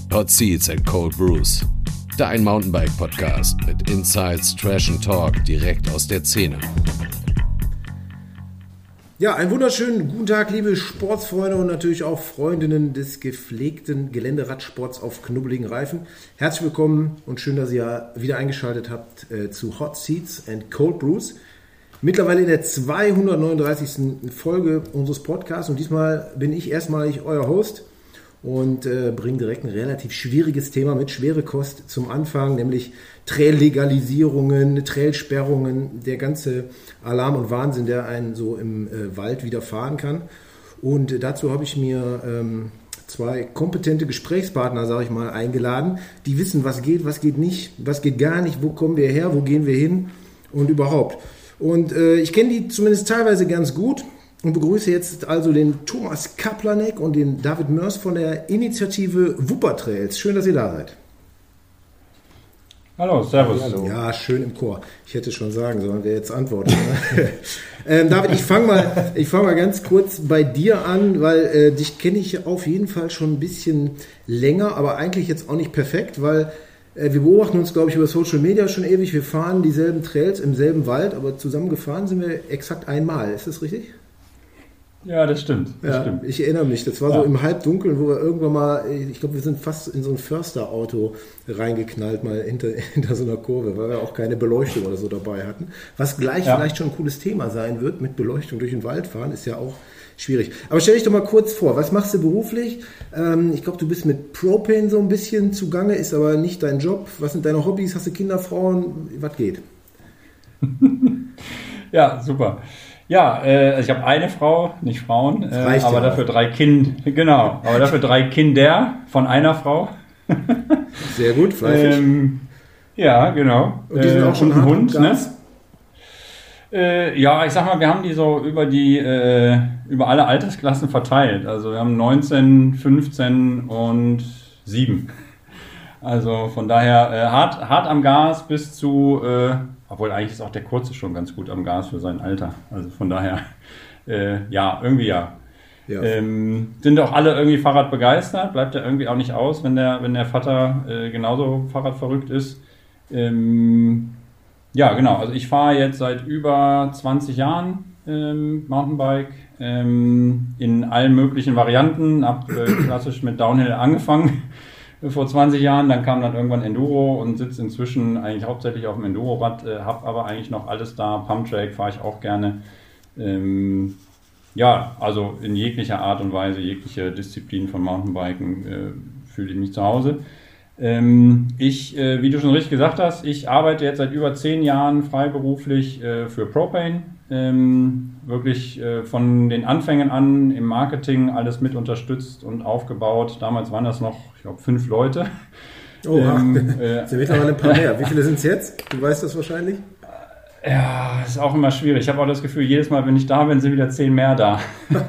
Hot Seats and Cold Brews. Dein Mountainbike-Podcast mit Insights, Trash and Talk direkt aus der Szene. Ja, einen wunderschönen guten Tag, liebe Sportsfreunde und natürlich auch Freundinnen des gepflegten Geländeradsports auf knubbeligen Reifen. Herzlich willkommen und schön, dass ihr wieder eingeschaltet habt zu Hot Seats and Cold Brews. Mittlerweile in der 239. Folge unseres Podcasts und diesmal bin ich erstmalig euer Host und bringe direkt ein relativ schwieriges Thema mit, schwere Kost zum Anfang, nämlich Trail-Legalisierungen, Trailsperrungen, der ganze Alarm und Wahnsinn, der einen so im Wald widerfahren kann. Und dazu habe ich mir zwei kompetente Gesprächspartner, sage ich mal, eingeladen, die wissen, was geht nicht, was geht gar nicht, wo kommen wir her, wo gehen wir hin und überhaupt. Und ich kenne die zumindest teilweise ganz gut und begrüße jetzt also den Thomas Kaplanek und den David Mörs von der Initiative Wuppertrails. Schön, dass ihr da seid. Hallo, servus. Hallo. Ja, schön im Chor. Ich hätte schon sagen sollen, wer jetzt antwortet. David, ich fang mal ganz kurz bei dir an, weil dich kenne ich auf jeden Fall schon ein bisschen länger, aber eigentlich jetzt auch nicht perfekt, weil wir beobachten uns, glaube ich, über Social Media schon ewig. Wir fahren dieselben Trails im selben Wald, aber zusammen gefahren sind wir exakt einmal. Ist das richtig? Ja, das stimmt. Stimmt. Ich erinnere mich. Das war so im Halbdunkeln, wo wir irgendwann mal, ich glaube, wir sind fast in so ein Försterauto reingeknallt, mal hinter so einer Kurve, weil wir auch keine Beleuchtung oder so dabei hatten. Was vielleicht schon ein cooles Thema sein wird, mit Beleuchtung durch den Wald fahren, ist ja auch schwierig. Aber stell dich doch mal kurz vor, was machst du beruflich? Ich glaube, du bist mit Propane so ein bisschen zugange, ist aber nicht dein Job. Was sind deine Hobbys? Hast du Kinder, Frauen? Was geht? Ja, super. Ja, also ich habe eine Frau, nicht Frauen, aber dafür 3 Kinder. Genau, aber dafür 3 Kinder von einer Frau. Sehr gut, fleißig. Ja, genau. Und die sind auch schon ein Hund, ne? Ja, ich sag mal, wir haben die so über alle Altersklassen verteilt. Also wir haben 19, 15 und 7. Also von daher hart am Gas bis zu, obwohl eigentlich ist auch der Kurze schon ganz gut am Gas für sein Alter. Also von daher, irgendwie ja. Sind auch alle irgendwie Fahrrad begeistert, bleibt ja irgendwie auch nicht aus, wenn der Vater genauso Fahrradverrückt ist. Ja, genau. Also ich fahre jetzt seit über 20 Jahren Mountainbike in allen möglichen Varianten. Habe klassisch mit Downhill angefangen vor 20 Jahren. Dann kam dann irgendwann Enduro und sitze inzwischen eigentlich hauptsächlich auf dem Enduro-Rad. Habe aber eigentlich noch alles da. Pumptrack fahre ich auch gerne. Also in jeglicher Art und Weise, jegliche Disziplin von Mountainbiken fühle ich mich zu Hause. Wie du schon richtig gesagt hast, ich arbeite jetzt seit über 10 Jahren freiberuflich für Propane. Wirklich von den Anfängen an im Marketing alles mit unterstützt und aufgebaut. Damals waren das noch, ich glaube, 5 Leute. Oh, sind mittlerweile ein paar mehr. Wie viele sind es jetzt? Du weißt das wahrscheinlich? Ja, ist auch immer schwierig. Ich habe auch das Gefühl, jedes Mal, wenn ich da bin, sind wieder 10 mehr da.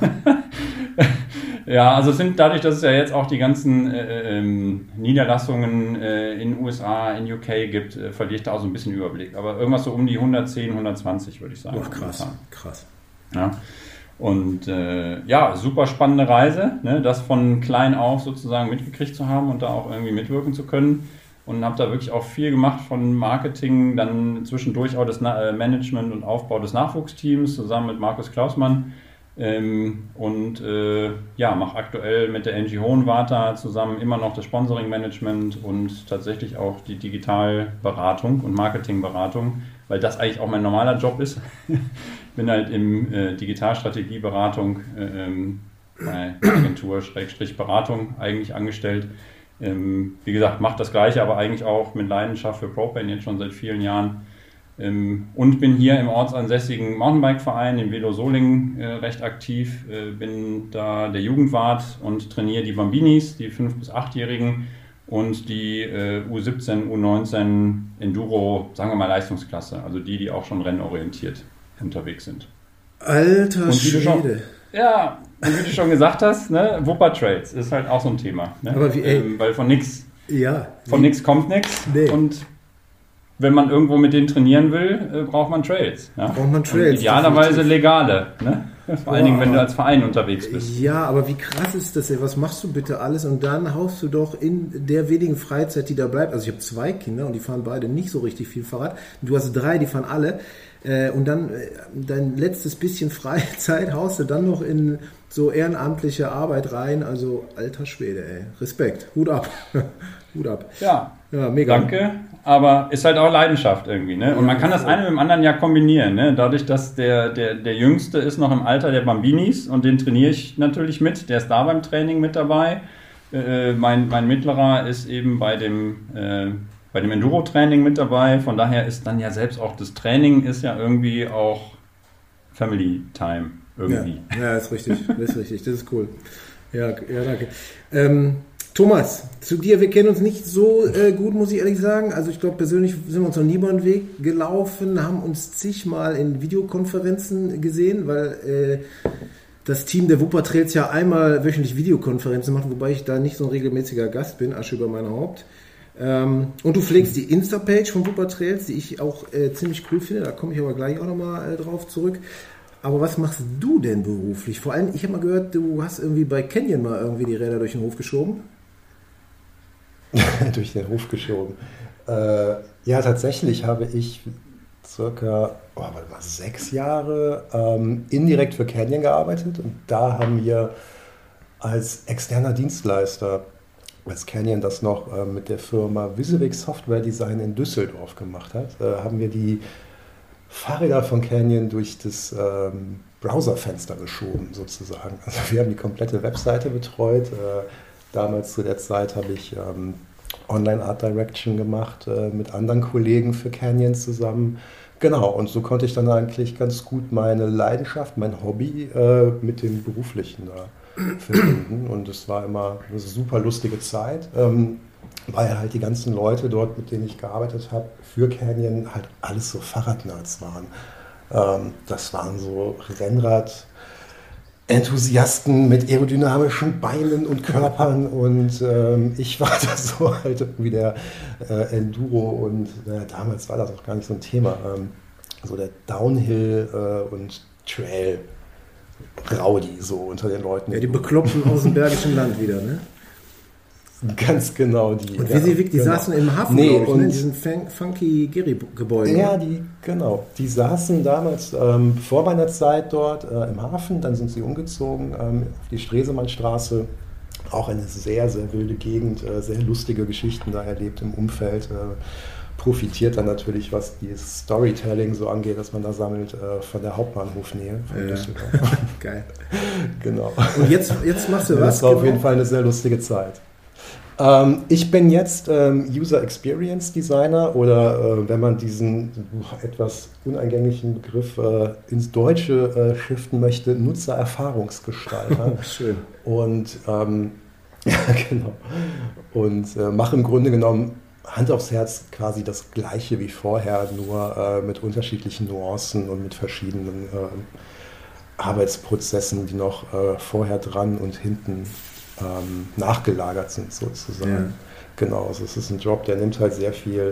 Ja, also es sind dadurch, dass es ja jetzt auch die ganzen Niederlassungen in USA, in UK gibt, verliere ich da auch so ein bisschen Überblick. Aber irgendwas so um die 110, 120 würde ich sagen. Boah, krass. Ja. Und super spannende Reise, ne, das von klein auf sozusagen mitgekriegt zu haben und da auch irgendwie mitwirken zu können. Und habe da wirklich auch viel gemacht von Marketing, dann zwischendurch auch das Management und Aufbau des Nachwuchsteams zusammen mit Markus Klausmann. Mache aktuell mit der NG Hohenwarter zusammen immer noch das Sponsoring-Management und tatsächlich auch die Digitalberatung und Marketingberatung, weil das eigentlich auch mein normaler Job ist. Bin halt im Digitalstrategieberatung bei Agentur Beratung eigentlich angestellt. Wie gesagt, mache das Gleiche, aber eigentlich auch mit Leidenschaft für Propane jetzt schon seit vielen Jahren. Und bin hier im ortsansässigen Mountainbike-Verein, im Velo Solingen, recht aktiv. Bin da der Jugendwart und trainiere die Bambinis, die 5- bis 8-Jährigen und die U17, U19 Enduro, sagen wir mal Leistungsklasse. Also die auch schon rennorientiert unterwegs sind. Alter Schwede. Und wie du schon gesagt hast, ne, Wuppertrails ist halt auch so ein Thema. Ne? Aber weil von nix kommt nichts. Nee. Und wenn man irgendwo mit denen trainieren will, braucht man Trails. Ja? Braucht man Trails. Und idealerweise legale. Ne? Vor allen Dingen, wenn du als Verein unterwegs bist. Ja, aber wie krass ist das, ey? Was machst du bitte alles? Und dann haust du doch in der wenigen Freizeit, die da bleibt, also ich habe 2 Kinder und die fahren beide nicht so richtig viel Fahrrad. Du hast 3, die fahren alle. Und dann dein letztes bisschen Freizeit haust du dann noch in so ehrenamtliche Arbeit rein. Also alter Schwede, ey. Respekt. Hut ab. Hut ab. Ja, mega. Danke. Aber ist halt auch Leidenschaft irgendwie, ne? Und man kann das eine mit dem anderen ja kombinieren, ne? Dadurch, dass der Jüngste ist noch im Alter der Bambinis und den trainiere ich natürlich mit. Der ist da beim Training mit dabei. Mein Mittlerer ist eben bei dem Enduro-Training mit dabei. Von daher ist dann ja selbst auch das Training ist ja irgendwie auch Family Time irgendwie. Ja, ist richtig. Das ist cool. Ja, danke. Thomas, zu dir, wir kennen uns nicht so gut, muss ich ehrlich sagen. Also ich glaube, persönlich sind wir uns noch nie über den Weg gelaufen, haben uns zigmal in Videokonferenzen gesehen, weil das Team der Wuppertrails ja einmal wöchentlich Videokonferenzen macht, wobei ich da nicht so ein regelmäßiger Gast bin, Asche über mein Haupt. Und du pflegst die Insta-Page von Wuppertrails, die ich auch ziemlich cool finde, da komme ich aber gleich auch nochmal drauf zurück. Aber was machst du denn beruflich? Vor allem, ich habe mal gehört, du hast irgendwie bei Canyon mal irgendwie die Räder durch den Hof geschoben. Durch den Hof geschoben. Ja, tatsächlich habe ich circa 6 Jahre indirekt für Canyon gearbeitet und da haben wir als externer Dienstleister, als Canyon das noch mit der Firma Visivik Software Design in Düsseldorf gemacht hat, haben wir die Fahrräder von Canyon durch das Browserfenster geschoben sozusagen. Also wir haben die komplette Webseite betreut. Damals zu der Zeit habe ich Online Art Direction gemacht mit anderen Kollegen für Canyon zusammen. Genau, und so konnte ich dann eigentlich ganz gut meine Leidenschaft, mein Hobby mit dem Beruflichen verbinden. Und es war immer eine super lustige Zeit, weil halt die ganzen Leute dort, mit denen ich gearbeitet habe, für Canyon halt alles so Fahrradnerds waren. Das waren so Rennrad-Enthusiasten mit aerodynamischen Beinen und Körpern und ich war da so halt irgendwie der Enduro und damals war das auch gar nicht so ein Thema. So der Downhill und Trail Rowdy so unter den Leuten. Ja, die Bekloppten aus dem Bergischen Land wieder, ne? Ganz genau die. Und Visivik, die saßen im Hafen, glaube ich, ne? In diesen funky Geri-Gebäuden. Ja, die saßen damals vor meiner Zeit dort im Hafen, dann sind sie umgezogen auf die Stresemannstraße. Auch eine sehr, sehr wilde Gegend, sehr lustige Geschichten da erlebt im Umfeld. Profitiert dann natürlich, was dieses Storytelling so angeht, dass man da sammelt, von der Hauptbahnhofnähe von Düsseldorf. Geil. Genau. Und jetzt machst du was? Das war auf jeden Fall eine sehr lustige Zeit. Ich bin jetzt User Experience Designer oder wenn man diesen etwas uneingänglichen Begriff ins Deutsche shiften möchte, Nutzererfahrungsgestalter. Schön. Und ja, genau. Und mache im Grunde genommen Hand aufs Herz quasi das Gleiche wie vorher, nur mit unterschiedlichen Nuancen und mit verschiedenen Arbeitsprozessen, die noch vorher dran und hinten nachgelagert sind sozusagen. Ja. Genau, also es ist ein Job, der nimmt halt sehr viel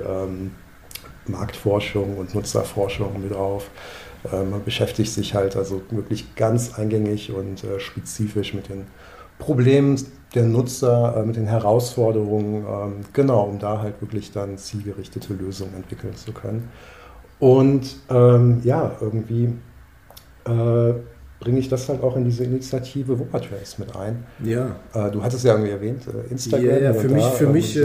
Marktforschung und Nutzerforschung mit auf. Man beschäftigt sich halt also wirklich ganz eingängig und spezifisch mit den Problemen der Nutzer, mit den Herausforderungen, genau, um da halt wirklich dann zielgerichtete Lösungen entwickeln zu können. Und ja, irgendwie bringe ich das halt auch in diese Initiative Wuppertrails mit ein. Ja. Du hattest ja irgendwie erwähnt, Instagram. Ja, für mich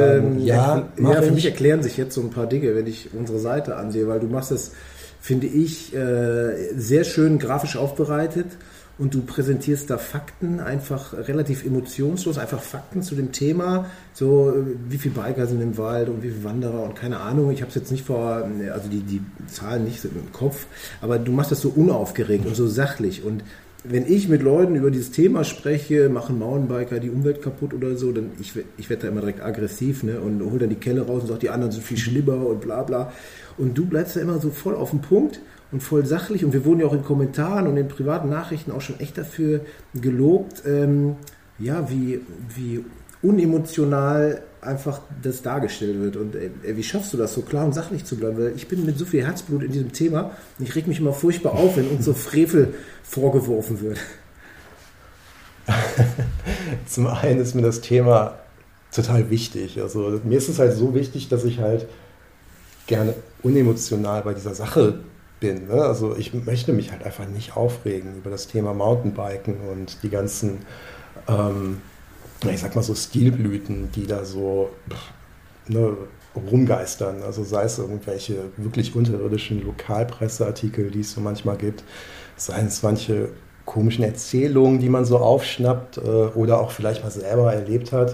erklären sich jetzt so ein paar Dinge, wenn ich unsere Seite ansehe, weil du machst es, finde ich, sehr schön grafisch aufbereitet und du präsentierst da Fakten, einfach relativ emotionslos, einfach Fakten zu dem Thema, so wie viele Biker sind im Wald und wie viele Wanderer und keine Ahnung, ich habe es jetzt nicht also die Zahlen nicht so im Kopf, aber du machst das so unaufgeregt und so sachlich und wenn ich mit Leuten über dieses Thema spreche, machen Mountainbiker die Umwelt kaputt oder so, dann ich werde da immer direkt aggressiv, ne, und hol dann die Kelle raus und sage, die anderen sind viel schlimmer und bla bla. Und du bleibst da immer so voll auf den Punkt und voll sachlich. Und wir wurden ja auch in Kommentaren und in privaten Nachrichten auch schon echt dafür gelobt, ja, wie unemotional einfach das dargestellt wird. Und wie schaffst du das, so klar und sachlich zu bleiben? Weil ich bin mit so viel Herzblut in diesem Thema und ich reg mich immer furchtbar auf, wenn uns so Frevel vorgeworfen wird. Zum einen ist mir das Thema total wichtig. Also mir ist es halt so wichtig, dass ich halt gerne unemotional bei dieser Sache bin. Ne? Also ich möchte mich halt einfach nicht aufregen über das Thema Mountainbiken und die ganzen, ich sag mal so Stilblüten, die da so rumgeistern. Also sei es irgendwelche wirklich unterirdischen Lokalpresseartikel, die es so manchmal gibt, seien es manche komischen Erzählungen, die man so aufschnappt oder auch vielleicht mal selber erlebt hat.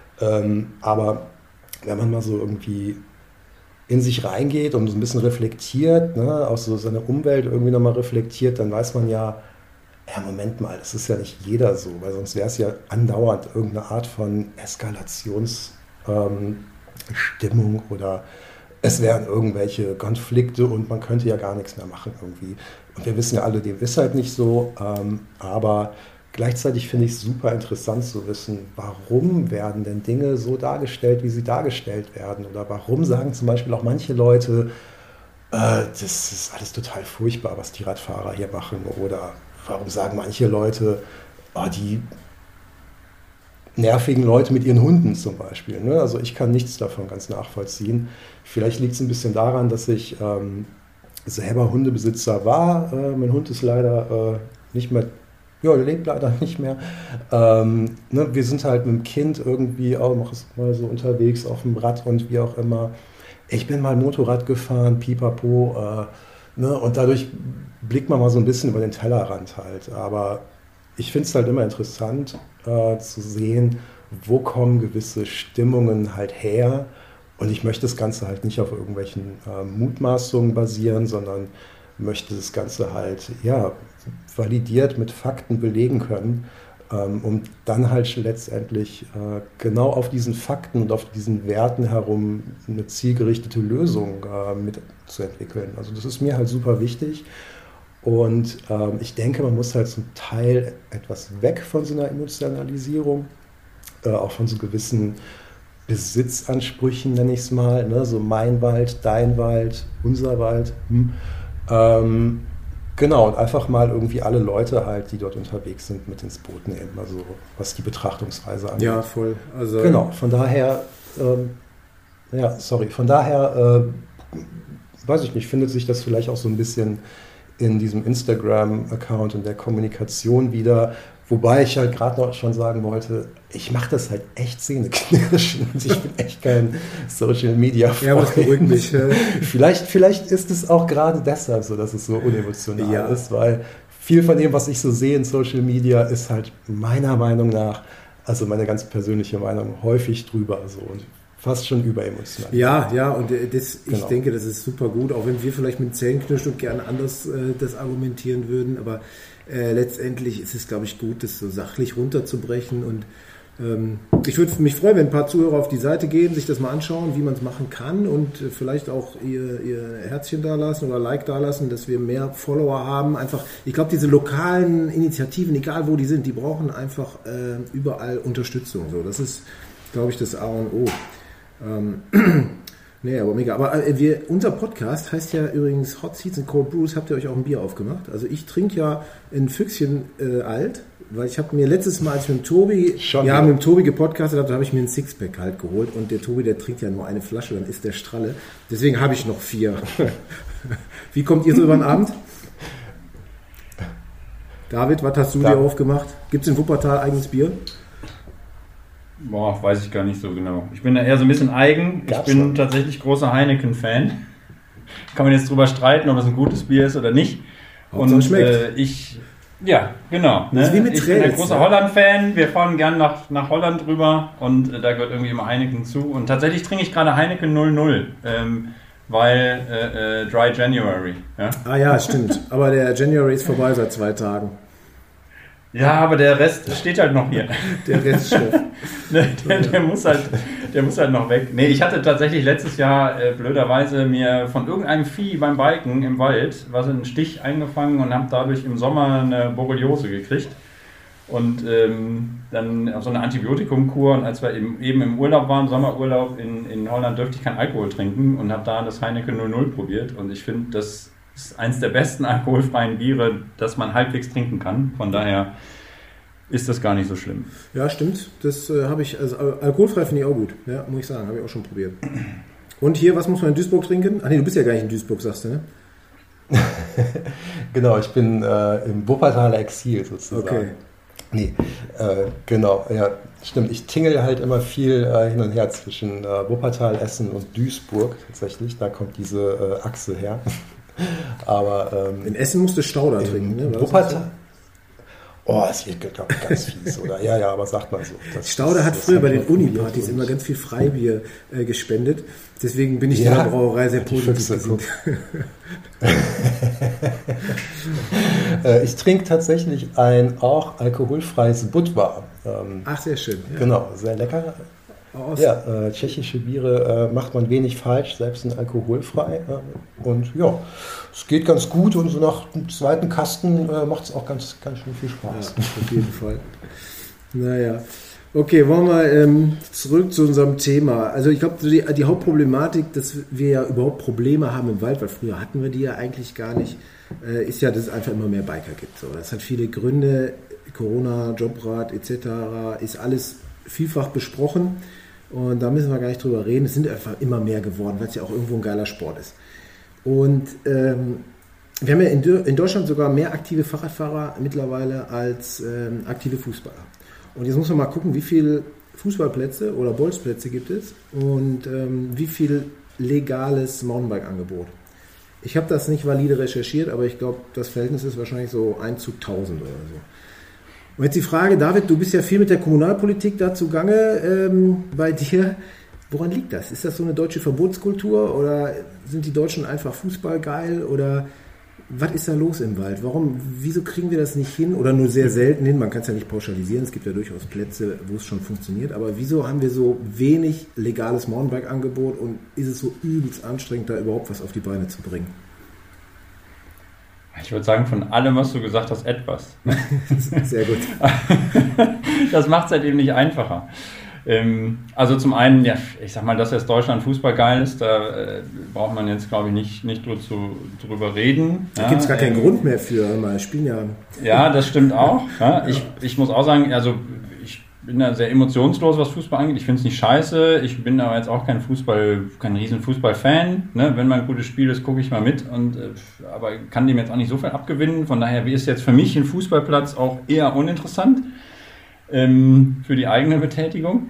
Aber wenn man mal so irgendwie in sich reingeht und so ein bisschen reflektiert, ne, auch so seine Umwelt irgendwie nochmal reflektiert, dann weiß man ja, Moment mal, das ist ja nicht jeder so, weil sonst wäre es ja andauernd irgendeine Art von Eskalationsstimmung oder es wären irgendwelche Konflikte und man könnte ja gar nichts mehr machen irgendwie. Und wir wissen ja alle, dem ist halt nicht so, aber gleichzeitig finde ich es super interessant zu wissen, warum werden denn Dinge so dargestellt, wie sie dargestellt werden? Oder warum sagen zum Beispiel auch manche Leute, das ist alles total furchtbar, was die Radfahrer hier machen? Oder warum sagen manche Leute, die nervigen Leute mit ihren Hunden zum Beispiel? Ne? Also ich kann nichts davon ganz nachvollziehen. Vielleicht liegt es ein bisschen daran, dass ich selber Hundebesitzer war. Mein Hund ist leider nicht mehr. Ja, der lebt leider nicht mehr. Wir sind halt mit dem Kind irgendwie auch mal so unterwegs auf dem Rad und wie auch immer. Ich bin mal Motorrad gefahren, pipapo. Und dadurch blickt man mal so ein bisschen über den Tellerrand halt. Aber ich finde es halt immer interessant zu sehen, wo kommen gewisse Stimmungen halt her. Und ich möchte das Ganze halt nicht auf irgendwelchen Mutmaßungen basieren, sondern möchte das Ganze halt, validiert mit Fakten belegen können, um dann halt letztendlich genau auf diesen Fakten und auf diesen Werten herum eine zielgerichtete Lösung mitzuentwickeln. Also das ist mir halt super wichtig und ich denke, man muss halt zum Teil etwas weg von so einer Emotionalisierung, auch von so gewissen Besitzansprüchen, nenne ich es mal, ne? So mein Wald, dein Wald, unser Wald. Genau, und einfach mal irgendwie alle Leute halt, die dort unterwegs sind, mit ins Boot nehmen, also was die Betrachtungsweise angeht. Ja, voll. Also genau, von daher, weiß ich nicht, findet sich das vielleicht auch so ein bisschen in diesem Instagram-Account und der Kommunikation wieder, wobei ich halt gerade noch schon sagen wollte, ich mache das halt echt zähneknirschend. Ich bin echt kein Social-Media-Freund. Ja, was beruhigt mich. Vielleicht ist es auch gerade deshalb so, dass es so unemotional ist, weil viel von dem, was ich so sehe in Social Media, ist halt meiner Meinung nach, also meine ganz persönliche Meinung, häufig drüber so und fast schon überemotional. Ja, und ich denke, das ist super gut, auch wenn wir vielleicht mit Zähneknirschen und gerne anders das argumentieren würden, aber letztendlich ist es, glaube ich, gut, das so sachlich runterzubrechen und ich würde mich freuen, wenn ein paar Zuhörer auf die Seite gehen, sich das mal anschauen, wie man es machen kann und vielleicht auch ihr Herzchen da lassen oder Like da lassen, dass wir mehr Follower haben. Einfach, ich glaube, diese lokalen Initiativen, egal wo die sind, die brauchen einfach überall Unterstützung. So, das ist, glaube ich, das A und O. Nee, aber mega. Aber unser Podcast heißt ja übrigens Hot Seats and Cold Brews. Habt ihr euch auch ein Bier aufgemacht? Also ich trinke ja ein Füchschen alt, weil ich habe mir letztes Mal, als ich mit dem Tobi gepodcastet habe, da habe ich mir ein Sixpack halt geholt und der Tobi, der trinkt ja nur eine Flasche, dann ist der Stralle. Deswegen habe ich noch 4. Wie kommt ihr so über den Abend? David, was hast du dir aufgemacht? Gibt es in Wuppertal eigenes Bier? Boah, weiß ich gar nicht so genau. Ich bin da eher so ein bisschen eigen. Ich bin tatsächlich großer Heineken-Fan. Kann man jetzt drüber streiten, ob es ein gutes Bier ist oder nicht. Hauptsache Und schmeckt. Genau. Das ist wie mit ich bin ein Trails, großer Holland-Fan. Wir fahren gern nach Holland rüber und da gehört irgendwie immer Heineken zu. Und tatsächlich trinke ich gerade Heineken 00, weil Dry January. Ja? Ah ja, stimmt. Aber der January ist vorbei seit 2 Tagen. Ja, aber der Rest steht halt noch hier. Der Reststoff. der muss halt noch weg. Nee, ich hatte tatsächlich letztes Jahr blöderweise mir von irgendeinem Vieh beim Biken im Wald einen Stich eingefangen und habe dadurch im Sommer eine Borreliose gekriegt. und dann auf so eine Antibiotikumkur. Und als wir eben im Urlaub waren, Sommerurlaub in Holland, durfte ich keinen Alkohol trinken und habe da das Heineken 00 probiert. Und ich finde, das ist eins der besten alkoholfreien Biere, das man halbwegs trinken kann. Von daher ist das gar nicht so schlimm. Ja, stimmt. Das habe ich, also alkoholfrei finde ich auch gut. Ja, muss ich sagen, habe ich auch schon probiert. Und hier, was muss man in Duisburg trinken? Ach nee, du bist ja gar nicht in Duisburg, sagst du, ne? Genau, ich bin im Wuppertaler Exil sozusagen. Okay. Nee, genau, ja, stimmt. Ich tingle halt immer viel hin und her zwischen Wuppertal, Essen und Duisburg tatsächlich. Da kommt diese Achse her. Aber in Essen musst du Stauder trinken, ne? Wuppertal. Oh, es wird, glaube ich, ganz fies, oder? Ja, aber sagt mal so. Stauder hat früher bei den Uni-Partys immer ganz viel Freibier gespendet. Deswegen bin ich in der Brauerei sehr positiv gesinnt. Ich trinke tatsächlich ein auch alkoholfreies Budvar. Ach, sehr schön. Ja. Genau, sehr lecker. Ja, tschechische Biere macht man wenig falsch, selbst in alkoholfrei. Und ja, es geht ganz gut und so nach dem zweiten Kasten macht es auch ganz schön viel Spaß. Ja, auf jeden Fall. Naja, okay, wollen wir zurück zu unserem Thema. Also ich glaube, die Hauptproblematik, dass wir ja überhaupt Probleme haben im Wald, weil früher hatten wir die ja eigentlich gar nicht, ist ja, dass es einfach immer mehr Biker gibt. So, das hat viele Gründe, Corona, Jobrat etc. ist alles vielfach besprochen. Und da müssen wir gar nicht drüber reden. Es sind einfach immer mehr geworden, weil es ja auch irgendwo ein geiler Sport ist. Und wir haben ja in Deutschland sogar mehr aktive Fahrradfahrer mittlerweile als aktive Fußballer. Und jetzt muss man mal gucken, wie viele Fußballplätze oder Bolzplätze gibt es und wie viel legales Mountainbike-Angebot. Ich habe das nicht valide recherchiert, aber ich glaube, das Verhältnis ist wahrscheinlich so 1 zu 1000 oder so. Und jetzt die Frage, David, du bist ja viel mit der Kommunalpolitik da zugange bei dir. Woran liegt das? Ist das so eine deutsche Verbotskultur oder sind die Deutschen einfach fußballgeil oder was ist da los im Wald? Wieso kriegen wir das nicht hin oder nur sehr selten hin? Man kann es ja nicht pauschalisieren, es gibt ja durchaus Plätze, wo es schon funktioniert, aber wieso haben wir so wenig legales Mountainbike-Angebot und ist es so übelst anstrengend, da überhaupt was auf die Beine zu bringen? Ich würde sagen, von allem, was du gesagt hast, etwas. Sehr gut. Das macht es halt eben nicht einfacher. Also zum einen, ja, ich sag mal, dass jetzt Deutschland Fußball geil ist, da braucht man jetzt, glaube ich, nicht drüber reden. Da gibt es gar keinen Grund mehr für. Wir spielen ja... Ja, das stimmt auch. Ja, ich muss auch sagen, also ich bin da sehr emotionslos, was Fußball angeht. Ich finde es nicht scheiße. Ich bin aber jetzt auch kein riesen Fußball-Fan. Ne? Wenn mal ein gutes Spiel ist, gucke ich mal mit. Aber kann dem jetzt auch nicht so viel abgewinnen. Von daher ist jetzt für mich ein Fußballplatz auch eher uninteressant für die eigene Betätigung.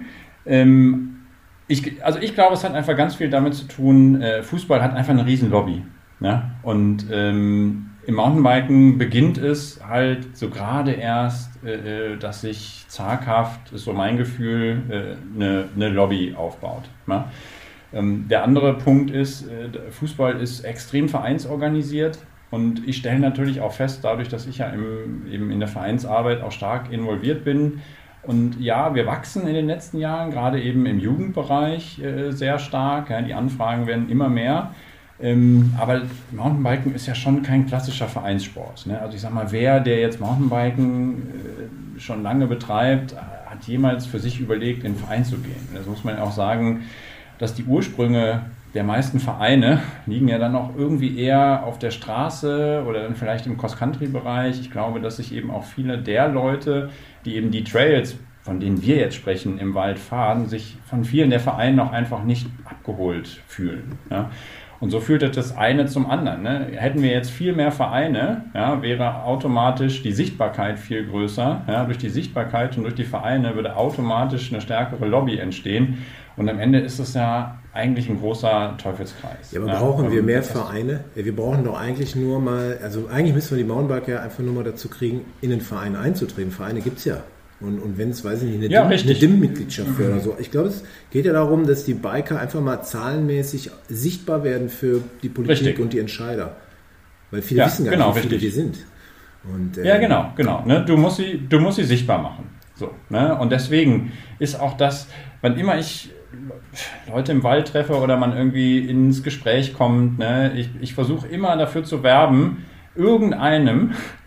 Ich glaube, es hat einfach ganz viel damit zu tun, Fußball hat einfach eine riesen Lobby. Ne? Und im Mountainbiken beginnt es halt so gerade erst, dass sich zaghaft, ist so mein Gefühl, eine Lobby aufbaut. Ne? Der andere Punkt ist, Fußball ist extrem vereinsorganisiert und ich stelle natürlich auch fest, dadurch, dass ich ja eben in der Vereinsarbeit auch stark involviert bin. Und ja, wir wachsen in den letzten Jahren, gerade eben im Jugendbereich sehr stark. Ja, die Anfragen werden immer mehr. Aber Mountainbiken ist ja schon kein klassischer Vereinssport. Ne? Also ich sag mal, der jetzt Mountainbiken schon lange betreibt, hat jemals für sich überlegt, in den Verein zu gehen. Das muss man auch sagen, dass die Ursprünge der meisten Vereine liegen ja dann auch irgendwie eher auf der Straße oder dann vielleicht im Cross-Country-Bereich. Ich glaube, dass sich eben auch viele der Leute, die eben die Trails, von denen wir jetzt sprechen, im Wald fahren, sich von vielen der Vereine auch einfach nicht abgeholt fühlen. Ja? Und so führte das eine zum anderen. Ne? Hätten wir jetzt viel mehr Vereine, ja, wäre automatisch die Sichtbarkeit viel größer. Ja? Durch die Sichtbarkeit und durch die Vereine würde automatisch eine stärkere Lobby entstehen. Und am Ende ist es ja eigentlich ein großer Teufelskreis. Ja, aber brauchen wir mehr Vereine? Ja, wir brauchen doch eigentlich nur mal, also eigentlich müssen wir die Mountainbiker einfach nur mal dazu kriegen, in den Verein einzutreten. Vereine gibt es ja. Und wenn es, weiß ich nicht, eine DIM-Mitgliedschaft wäre oder so. Ich glaube, es geht ja darum, dass die Biker einfach mal zahlenmäßig sichtbar werden für die Politik und die Entscheider. Weil viele wissen gar nicht, wie viele die sind. Und, ja, genau. Ne? Du musst sie sichtbar machen. So, ne? Und deswegen ist auch das, wann immer ich Leute im Wald treffe oder man irgendwie ins Gespräch kommt, ne? Ich versuche immer dafür zu werben, irgendeinem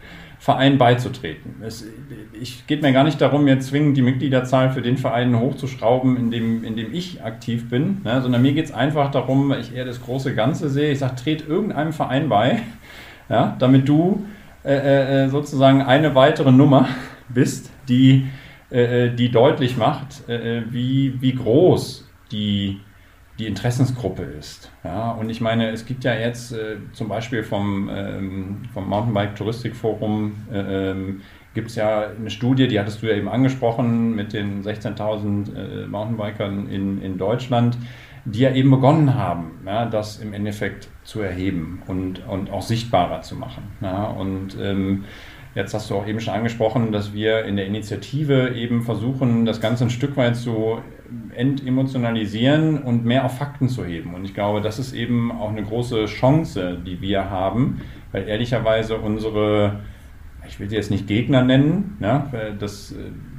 Verein beizutreten. Geht mir gar nicht darum, jetzt zwingend die Mitgliederzahl für den Verein hochzuschrauben, in dem ich aktiv bin, ne, sondern mir geht es einfach darum, weil ich eher das große Ganze sehe. Ich sage, tret irgendeinem Verein bei, ja, damit du sozusagen eine weitere Nummer bist, die deutlich macht, wie groß die Interessensgruppe ist. Ja, und ich meine, es gibt ja jetzt zum Beispiel vom Mountainbike-Touristikforum gibt es ja eine Studie, die hattest du ja eben angesprochen, mit den 16.000 Mountainbikern in Deutschland, die ja eben begonnen haben, ja, das im Endeffekt zu erheben und auch sichtbarer zu machen. Ja, und jetzt hast du auch eben schon angesprochen, dass wir in der Initiative eben versuchen, das Ganze ein Stück weit zu entemotionalisieren und mehr auf Fakten zu heben. Und ich glaube, das ist eben auch eine große Chance, die wir haben, weil ehrlicherweise unsere, ich will sie jetzt nicht Gegner nennen, ja, das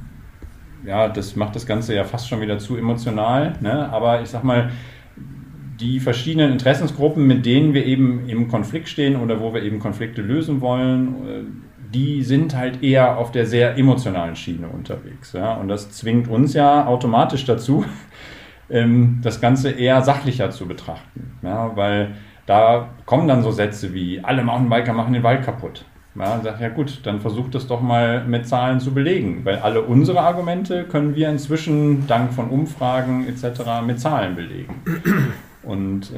macht das Ganze ja fast schon wieder zu emotional, ne? Aber ich sag mal, die verschiedenen Interessensgruppen, mit denen wir eben im Konflikt stehen oder wo wir eben Konflikte lösen wollen, die sind halt eher auf der sehr emotionalen Schiene unterwegs. Ja? Und das zwingt uns ja automatisch dazu, das Ganze eher sachlicher zu betrachten. Ja? Weil da kommen dann so Sätze wie, alle Mountainbiker machen den Wald kaputt. Ja, sag ja gut, dann versucht das doch mal mit Zahlen zu belegen, weil alle unsere Argumente können wir inzwischen dank von Umfragen etc. mit Zahlen belegen. Und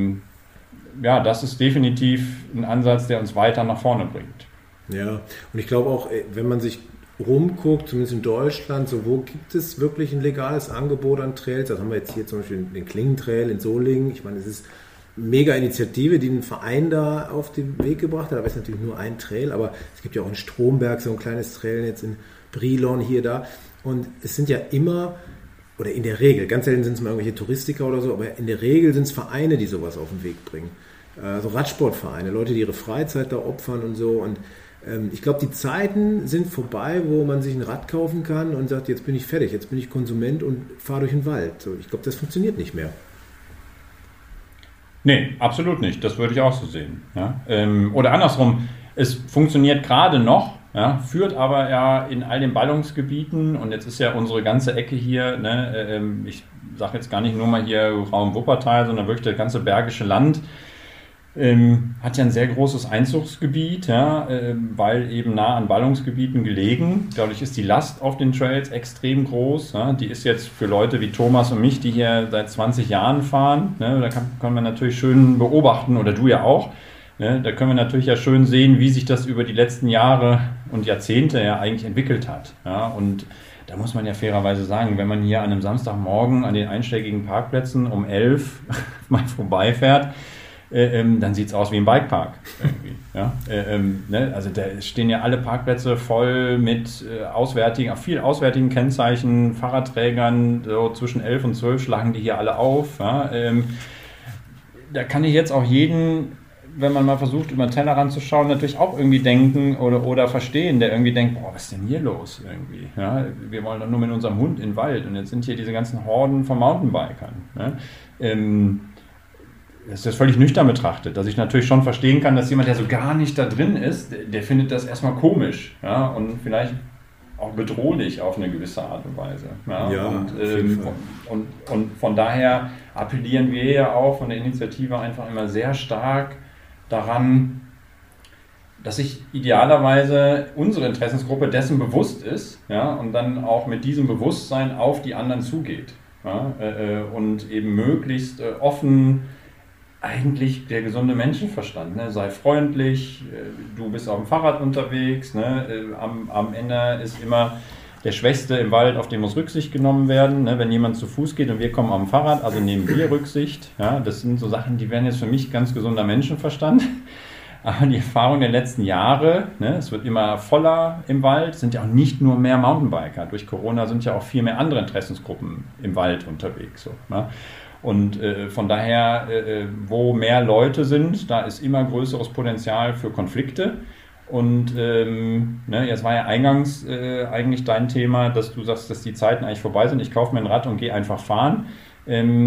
das ist definitiv ein Ansatz, der uns weiter nach vorne bringt. Ja, und ich glaube auch, wenn man sich rumguckt, zumindest in Deutschland, so wo gibt es wirklich ein legales Angebot an Trails? Das haben wir jetzt hier zum Beispiel den Klingentrail in Solingen. Ich meine, es ist eine mega Initiative, die einen Verein da auf den Weg gebracht hat. Da ist natürlich nur ein Trail, aber es gibt ja auch in Stromberg so ein kleines Trail, jetzt in Brilon hier, da. Und es sind ja immer, oder in der Regel, ganz selten sind es mal irgendwelche Touristiker oder so, aber in der Regel sind es Vereine, die sowas auf den Weg bringen. Also Radsportvereine, Leute, die ihre Freizeit da opfern und so. Und ich glaube, die Zeiten sind vorbei, wo man sich ein Rad kaufen kann und sagt, jetzt bin ich fertig, jetzt bin ich Konsument und fahre durch den Wald. So, ich glaube, das funktioniert nicht mehr. Nee, absolut nicht. Das würde ich auch so sehen. Ja? Oder andersrum, es funktioniert gerade noch, ja, führt aber ja in all den Ballungsgebieten, und jetzt ist ja unsere ganze Ecke hier, ne, ich sage jetzt gar nicht nur mal hier Raum Wuppertal, sondern wirklich das ganze Bergische Land, hat ja ein sehr großes Einzugsgebiet, ja, weil eben nah an Ballungsgebieten gelegen. Dadurch ist die Last auf den Trails extrem groß. Ja. Die ist jetzt für Leute wie Thomas und mich, die hier seit 20 Jahren fahren, ne, da können wir natürlich schön beobachten, oder du ja auch, ne, da können wir natürlich ja schön sehen, wie sich das über die letzten Jahre und Jahrzehnte ja eigentlich entwickelt hat. Ja. Und da muss man ja fairerweise sagen, wenn man hier an einem Samstagmorgen an den einschlägigen Parkplätzen um 11 mal vorbeifährt, dann sieht es aus wie ein Bikepark irgendwie. Ja? Ne? Also da stehen ja alle Parkplätze voll mit viel auswärtigen Kennzeichen, Fahrradträgern, so zwischen 11 und 12 schlagen die hier alle auf. Ja? Da kann ich jetzt auch jeden, wenn man mal versucht, über den Tellerrand zu schauen, natürlich auch irgendwie denken oder verstehen, der irgendwie denkt, boah, was ist denn hier los irgendwie? Ja? Wir wollen doch nur mit unserem Hund in den Wald, und jetzt sind hier diese ganzen Horden von Mountainbikern. Ne? Das ist völlig nüchtern betrachtet, dass ich natürlich schon verstehen kann, dass jemand, der so gar nicht da drin ist, der findet das erstmal komisch, ja, und vielleicht auch bedrohlich auf eine gewisse Art und Weise. Ja, ja, und von daher appellieren wir ja auch von der Initiative einfach immer sehr stark daran, dass sich idealerweise unsere Interessensgruppe dessen bewusst ist, ja, und dann auch mit diesem Bewusstsein auf die anderen zugeht, ja, und eben möglichst offen. Eigentlich der gesunde Menschenverstand, ne? Sei freundlich, du bist auf dem Fahrrad unterwegs, ne? Am Ende ist immer der Schwächste im Wald, auf den muss Rücksicht genommen werden, ne? Wenn jemand zu Fuß geht und wir kommen auf dem Fahrrad, also nehmen wir Rücksicht, ja? Das sind so Sachen, die wären jetzt für mich ganz gesunder Menschenverstand, aber die Erfahrung der letzten Jahre, ne? Es wird immer voller im Wald, sind ja auch nicht nur mehr Mountainbiker, durch Corona sind ja auch viel mehr andere Interessensgruppen im Wald unterwegs, so, ne? Und von daher, wo mehr Leute sind, da ist immer größeres Potenzial für Konflikte. Und jetzt war ja eingangs eigentlich dein Thema, dass du sagst, dass die Zeiten eigentlich vorbei sind. Ich kaufe mir ein Rad und gehe einfach fahren.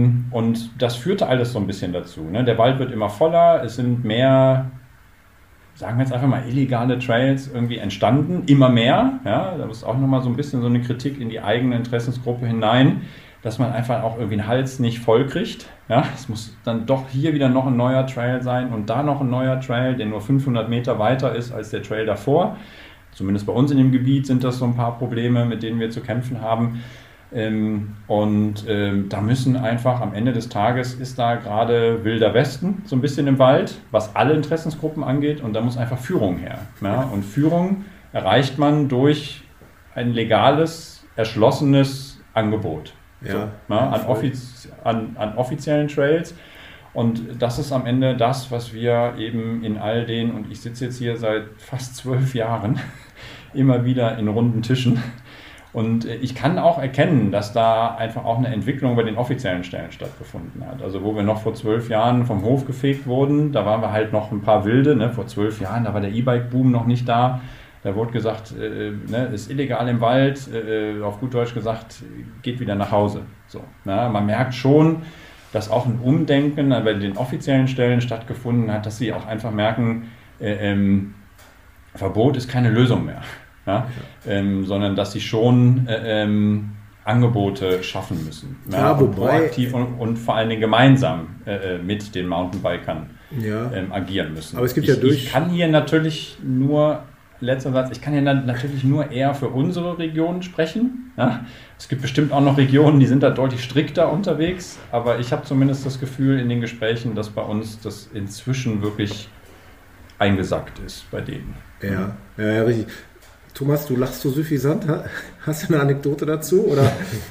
Und das führte alles so ein bisschen dazu. Ne? Der Wald wird immer voller, es sind mehr sagen wir jetzt einfach mal, illegale Trails irgendwie entstanden, immer mehr. Ja, da ist auch nochmal so ein bisschen so eine Kritik in die eigene Interessensgruppe hinein, dass man einfach auch irgendwie den Hals nicht voll kriegt. Ja, es muss dann doch hier wieder noch ein neuer Trail sein und da noch ein neuer Trail, der nur 500 Meter weiter ist als der Trail davor. Zumindest bei uns in dem Gebiet sind das so ein paar Probleme, mit denen wir zu kämpfen haben. Da müssen einfach am Ende des Tages ist da gerade Wilder Westen so ein bisschen im Wald, was alle Interessensgruppen angeht, und da muss einfach Führung her. Ja? Und Führung erreicht man durch ein legales, erschlossenes Angebot. Ja, so, an offiziellen Trails. Und das ist am Ende das, was wir eben in all den, und ich sitze jetzt hier seit fast 12 Jahren, immer wieder in runden Tischen. Und ich kann auch erkennen, dass da einfach auch eine Entwicklung bei den offiziellen Stellen stattgefunden hat. Also wo wir noch vor 12 Jahren vom Hof gefegt wurden, da waren wir halt noch ein paar Wilde. Ne? Vor 12 Jahren, da war der E-Bike-Boom noch nicht da. Da wurde gesagt, ist illegal im Wald, auf gut Deutsch gesagt, geht wieder nach Hause. So, na, man merkt schon, dass auch ein Umdenken bei den offiziellen Stellen stattgefunden hat, dass sie auch einfach merken, Verbot ist keine Lösung mehr. Ja? Sondern dass sie schon Angebote schaffen müssen. Ja, wobei, proaktiv und vor allen Dingen gemeinsam mit den Mountainbikern agieren müssen. Aber es gibt ich kann hier natürlich nur, letzter Satz, ich kann hier natürlich nur eher für unsere Region sprechen. Ja? Es gibt bestimmt auch noch Regionen, die sind da deutlich strikter unterwegs, aber ich habe zumindest das Gefühl in den Gesprächen, dass bei uns das inzwischen wirklich eingesackt ist bei denen. Ja, richtig. Thomas, du lachst so suffisant. Hast du eine Anekdote dazu? Oder?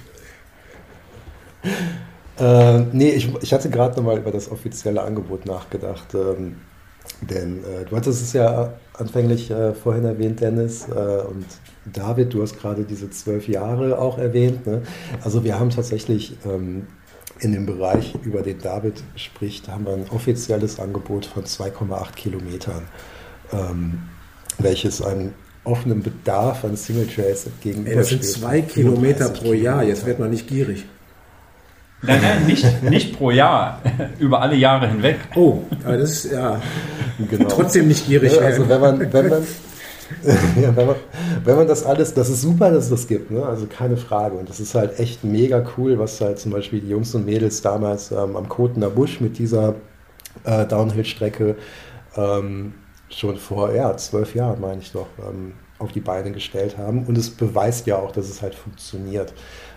Nee, ich hatte gerade nochmal über das offizielle Angebot nachgedacht. Denn du hattest es ja anfänglich vorhin erwähnt, Dennis, und David, du hast gerade diese 12 Jahre auch erwähnt. Ne? Also wir haben tatsächlich in dem Bereich, über den David spricht, haben wir ein offizielles Angebot von 2,8 Kilometern, welches einen offenen Bedarf an Single Trails gegenübersteht. Das sind 2 Kilometer pro Jahr, jetzt wird man nicht gierig. Nein, nicht pro Jahr, über alle Jahre hinweg. Oh, aber das ist genau. Trotzdem nicht gierig werden. Also wenn man das alles, das ist super, dass es das gibt, ne? Also keine Frage. Und das ist halt echt mega cool, was halt zum Beispiel die Jungs und Mädels damals am Kotener Busch mit dieser Downhill-Strecke schon vor 12 Jahren, meine ich doch, auf die Beine gestellt haben. Und es beweist ja auch, dass es halt funktioniert.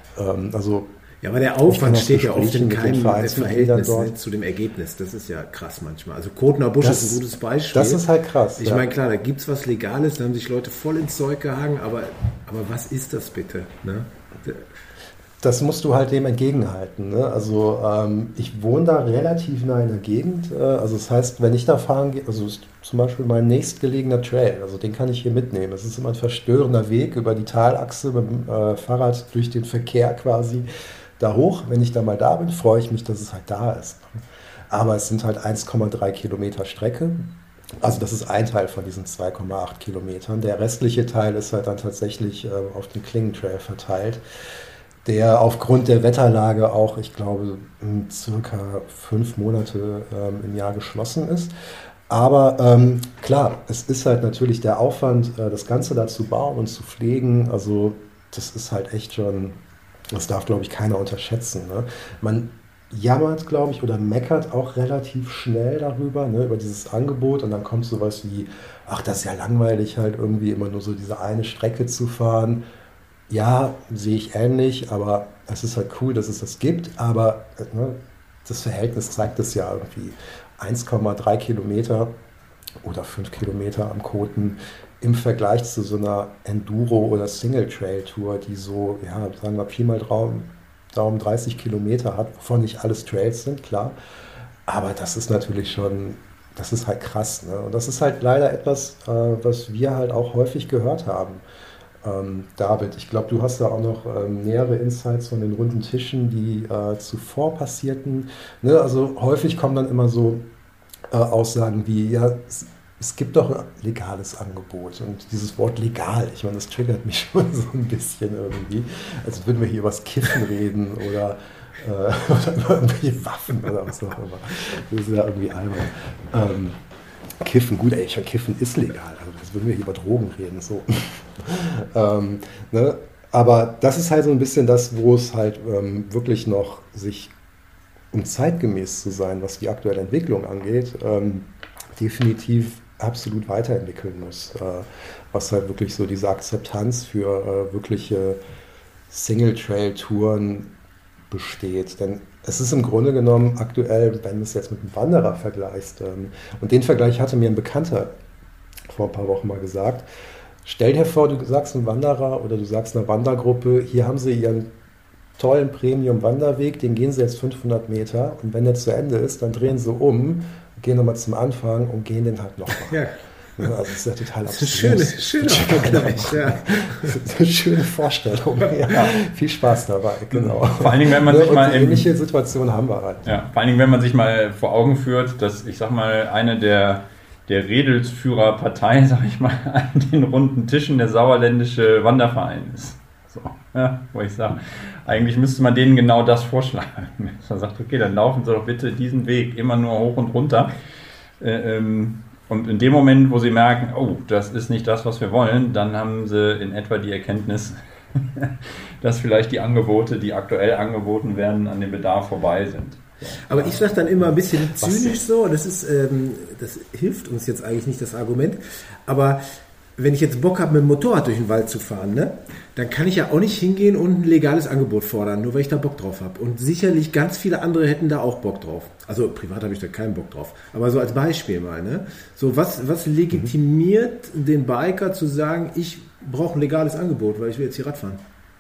Ja, aber der Aufwand steht ja oft in keinem Verhältnis zu dem Ergebnis. Das ist ja krass manchmal. Also Kotener Busch ist ein gutes Beispiel. Das ist halt krass. Ich meine, klar, da gibt es was Legales, da haben sich Leute voll ins Zeug gehangen, aber was ist das bitte? Ne? Das musst du halt dem entgegenhalten. Ne? Also ich wohne da relativ nah in der Gegend. Also das heißt, wenn ich da fahren gehe, also ist zum Beispiel mein nächstgelegener Trail, also den kann ich hier mitnehmen. Es ist immer ein verstörender Weg über die Talachse mit dem Fahrrad durch den Verkehr quasi da hoch. Wenn ich da mal da bin, freue ich mich, dass es halt da ist. Aber es sind halt 1,3 Kilometer Strecke. Also das ist ein Teil von diesen 2,8 Kilometern. Der restliche Teil ist halt dann tatsächlich auf den Klingentrail verteilt, der aufgrund der Wetterlage auch, ich glaube, circa 5 Monate im Jahr geschlossen ist. Aber klar, es ist halt natürlich der Aufwand, das Ganze da zu bauen und zu pflegen. Also das ist halt echt schon, das darf, glaube ich, keiner unterschätzen. Ne? Man jammert, glaube ich, oder meckert auch relativ schnell darüber, ne, über dieses Angebot. Und dann kommt sowas wie, ach, das ist ja langweilig, halt irgendwie immer nur so diese eine Strecke zu fahren. Ja, sehe ich ähnlich, aber es ist halt cool, dass es das gibt. Aber das Verhältnis zeigt es ja irgendwie. 1,3 Kilometer oder 5 Kilometer am Koten im Vergleich zu so einer Enduro- oder Single-Trail-Tour, die so, ja, sagen wir Pi mal Daumen 30 Kilometer hat, wovon nicht alles Trails sind, klar. Aber das ist natürlich schon, das ist halt krass. Ne? Und das ist halt leider etwas, was wir halt auch häufig gehört haben. David, ich glaube, du hast da auch noch nähere Insights von den runden Tischen, die zuvor passierten. Ne? Also häufig kommen dann immer so Aussagen wie, ja, es gibt doch ein legales Angebot. Und dieses Wort legal, ich meine, das triggert mich schon so ein bisschen irgendwie. Als würden wir hier über das Kiffen reden oder über irgendwelche Waffen oder was auch immer. Das ist ja irgendwie albern. Kiffen, gut, ey, schon Kiffen ist legal, also das würden wir hier über Drogen reden, so. Ne? Aber das ist halt so ein bisschen das, wo es halt wirklich noch sich, um zeitgemäß zu sein, was die aktuelle Entwicklung angeht, definitiv absolut weiterentwickeln muss, was halt wirklich so diese Akzeptanz für wirkliche Single-Trail-Touren besteht. Denn es ist im Grunde genommen aktuell, wenn du es jetzt mit einem Wanderer vergleichst, und den Vergleich hatte mir ein Bekannter vor ein paar Wochen mal gesagt, stell dir vor, du sagst einem Wanderer oder du sagst einer Wandergruppe, hier haben sie ihren tollen Premium-Wanderweg, den gehen sie jetzt 500 Meter und wenn der zu Ende ist, dann drehen sie um, gehen nochmal zum Anfang und gehen den halt nochmal. Ja. Ja, also das ist ja total absurd. Schöner Vergleich, ja. Eine schöne Vorstellung. Ja. Viel Spaß dabei, genau. Vor allen Dingen, wenn man sich mal ähnliche Situation haben wir halt. Ja, vor allen Dingen, wenn man sich mal vor Augen führt, dass, ich sag mal, eine der Redelsführerpartei, sag ich mal, an den runden Tischen der Sauerländische Wanderverein ist. So, ja, wo ich sage, eigentlich müsste man denen genau das vorschlagen. Man sagt, okay, dann laufen sie doch bitte diesen Weg immer nur hoch und runter. Und in dem Moment, wo sie merken, oh, das ist nicht das, was wir wollen, dann haben sie in etwa die Erkenntnis, dass vielleicht die Angebote, die aktuell angeboten werden, an dem Bedarf vorbei sind. So. Aber ich sage dann immer ein bisschen zynisch so, das hilft uns jetzt eigentlich nicht, das Argument, aber wenn ich jetzt Bock habe, mit dem Motorrad durch den Wald zu fahren, ne, dann kann ich ja auch nicht hingehen und ein legales Angebot fordern, nur weil ich da Bock drauf habe. Und sicherlich ganz viele andere hätten da auch Bock drauf. Also privat habe ich da keinen Bock drauf. Aber so als Beispiel mal. Ne? So was legitimiert den Biker zu sagen, ich brauche ein legales Angebot, weil ich will jetzt hier Rad fahren?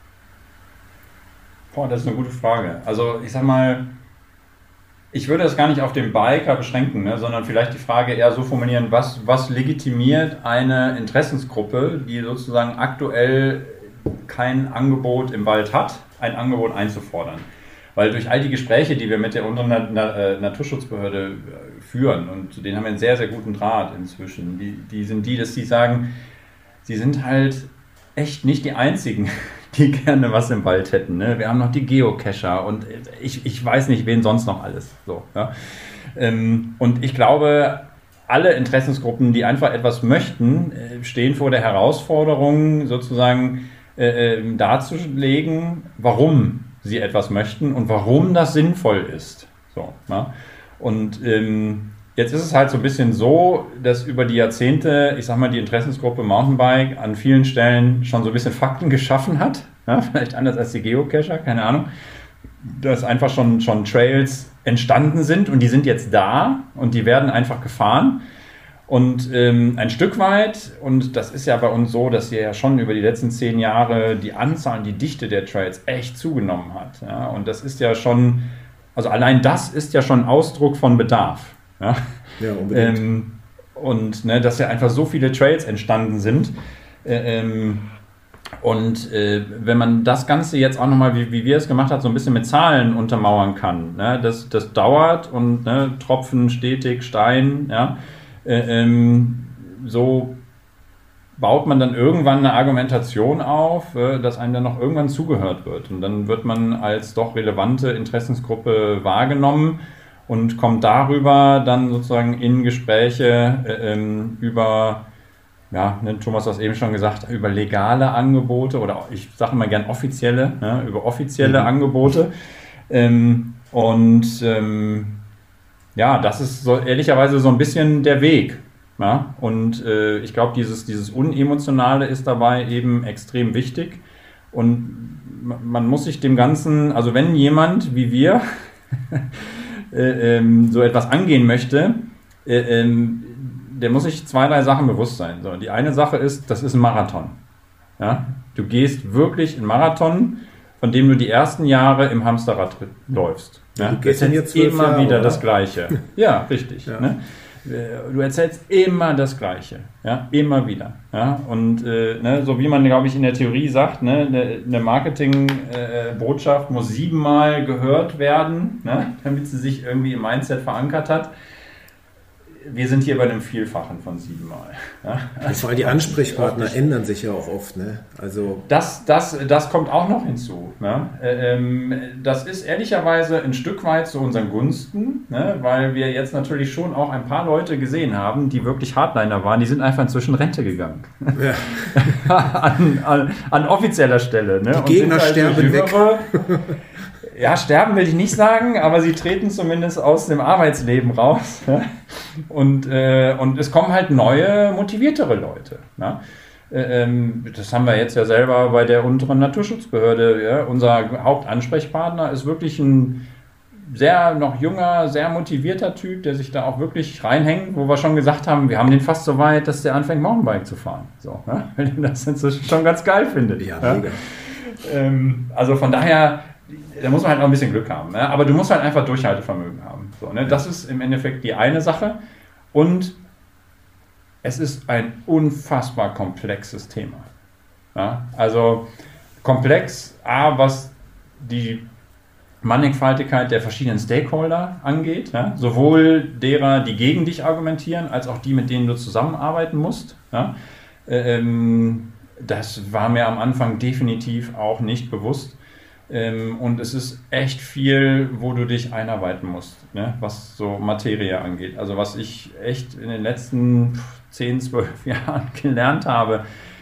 Boah, das ist eine gute Frage. Also ich sag mal, ich würde das gar nicht auf den Biker beschränken, ne, sondern vielleicht die Frage eher so formulieren, was legitimiert eine Interessensgruppe, die sozusagen aktuell kein Angebot im Wald hat, ein Angebot einzufordern. Weil durch all die Gespräche, die wir mit der unteren Naturschutzbehörde führen, und zu denen haben wir einen sehr, sehr guten Draht inzwischen, die sind die, dass die sagen, sie sind halt echt nicht die Einzigen, die gerne was im Wald hätten. Ne? Wir haben noch die Geocacher und ich weiß nicht, wen sonst noch alles. So, ja? Und ich glaube, alle Interessensgruppen, die einfach etwas möchten, stehen vor der Herausforderung, sozusagen darzulegen, warum sie etwas möchten und warum das sinnvoll ist. So, ja? Und jetzt ist es halt so ein bisschen so, dass über die Jahrzehnte, ich sag mal, die Interessensgruppe Mountainbike an vielen Stellen schon so ein bisschen Fakten geschaffen hat. Ja, vielleicht anders als die Geocacher, keine Ahnung. Dass einfach schon Trails entstanden sind und die sind jetzt da und die werden einfach gefahren. Und ein Stück weit, und das ist ja bei uns so, dass hier ja schon über die letzten 10 Jahre die Anzahl und die Dichte der Trails echt zugenommen hat. Ja? Und das ist ja schon, also allein das ist ja schon Ausdruck von Bedarf. Ja, ja, unbedingt. Und ne, dass ja einfach so viele Trails entstanden sind. Und wenn man das Ganze jetzt auch nochmal, wie wir es gemacht haben, so ein bisschen mit Zahlen untermauern kann, ne, das dauert und ne, Tropfen, stetig, Stein, ja, so baut man dann irgendwann eine Argumentation auf, dass einem dann noch irgendwann zugehört wird. Und dann wird man als doch relevante Interessensgruppe wahrgenommen und kommt darüber dann sozusagen in Gespräche über, ja, ne, Thomas hat es eben schon gesagt, über legale Angebote oder ich sage immer gern offizielle, ne, über offizielle Angebote. Ja, das ist so ehrlicherweise so ein bisschen der Weg. Ja? Und ich glaube, dieses Unemotionale ist dabei eben extrem wichtig. Und man muss sich dem Ganzen, also wenn jemand wie wir so etwas angehen möchte, der muss sich 2, 3 Sachen bewusst sein. So, die eine Sache ist, das ist ein Marathon. Ja? Du gehst wirklich einen Marathon, von dem du die ersten Jahre im Hamsterrad läufst. Ja? Du gehst jetzt immer wieder das Gleiche. Ja, richtig. Ja. Ne? Du erzählst immer das Gleiche. Ja? Immer wieder. Ja? Und ne, so wie man, glaube ich, in der Theorie sagt, ne, eine Marketingbotschaft muss 7-mal gehört werden, ne, damit sie sich irgendwie im Mindset verankert hat. wir sind hier bei einem Vielfachen von 7-mal. Ja? Vor allem die Ansprechpartner ändern sich ja auch oft. Ne? Also das kommt auch noch hinzu. Ne? Das ist ehrlicherweise ein Stück weit zu unseren Gunsten, ne? Weil wir jetzt natürlich schon auch ein paar Leute gesehen haben, die wirklich Hardliner waren, die sind einfach inzwischen Rente gegangen. Ja. an offizieller Stelle. Ne? Die Gegner sterben weg. Ja, sterben will ich nicht sagen, aber sie treten zumindest aus dem Arbeitsleben raus. Ja? Und es kommen halt neue, motiviertere Leute. Ja? Das haben wir jetzt ja selber bei der unteren Naturschutzbehörde. Ja? Unser Hauptansprechpartner ist wirklich ein sehr noch junger, sehr motivierter Typ, der sich da auch wirklich reinhängt, wo wir schon gesagt haben, wir haben den fast so weit, dass der anfängt, Mountainbike zu fahren. So, ja? Weil er das inzwischen schon ganz geil findet. Ja, mega. Also von daher, da muss man halt auch ein bisschen Glück haben. Ne? Aber du musst halt einfach Durchhaltevermögen haben. So, ne? Das ist im Endeffekt die eine Sache. Und es ist ein unfassbar komplexes Thema. Ja? Also komplex, was die Mannigfaltigkeit der verschiedenen Stakeholder angeht. Ja? Sowohl derer, die gegen dich argumentieren, als auch die, mit denen du zusammenarbeiten musst. Ja? Das war mir am Anfang definitiv auch nicht bewusst. Und es ist echt viel, wo du dich einarbeiten musst, ne? Was so Materie angeht. Also was ich echt in den letzten 10, 12 Jahren gelernt habe,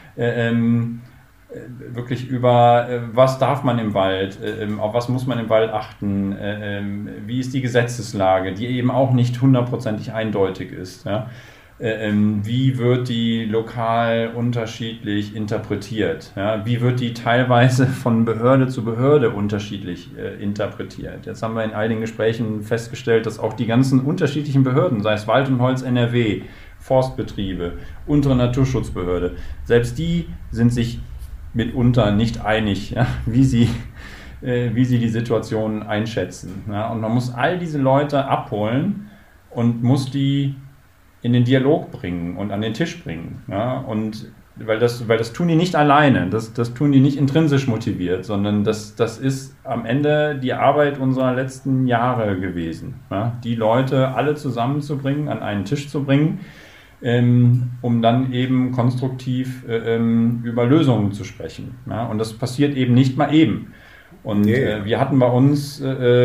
wirklich über was darf man im Wald, auf was muss man im Wald achten, wie ist die Gesetzeslage, die eben auch nicht hundertprozentig eindeutig ist. Ja? Wie wird die lokal unterschiedlich interpretiert? Ja? Wie wird die teilweise von Behörde zu Behörde unterschiedlich interpretiert? Jetzt haben wir in all den Gesprächen festgestellt, dass auch die ganzen unterschiedlichen Behörden, sei es Wald und Holz NRW, Forstbetriebe, untere Naturschutzbehörde, selbst die sind sich mitunter nicht einig, ja? wie sie die Situation einschätzen. Ja? Und man muss all diese Leute abholen und muss die in den Dialog bringen und an den Tisch bringen. Ja? Und weil das tun die nicht alleine, das tun die nicht intrinsisch motiviert, sondern das ist am Ende die Arbeit unserer letzten Jahre gewesen. Ja? Die Leute alle zusammenzubringen, an einen Tisch zu bringen, um dann eben konstruktiv über Lösungen zu sprechen. Ja? Und das passiert eben nicht mal eben. Und wir hatten bei uns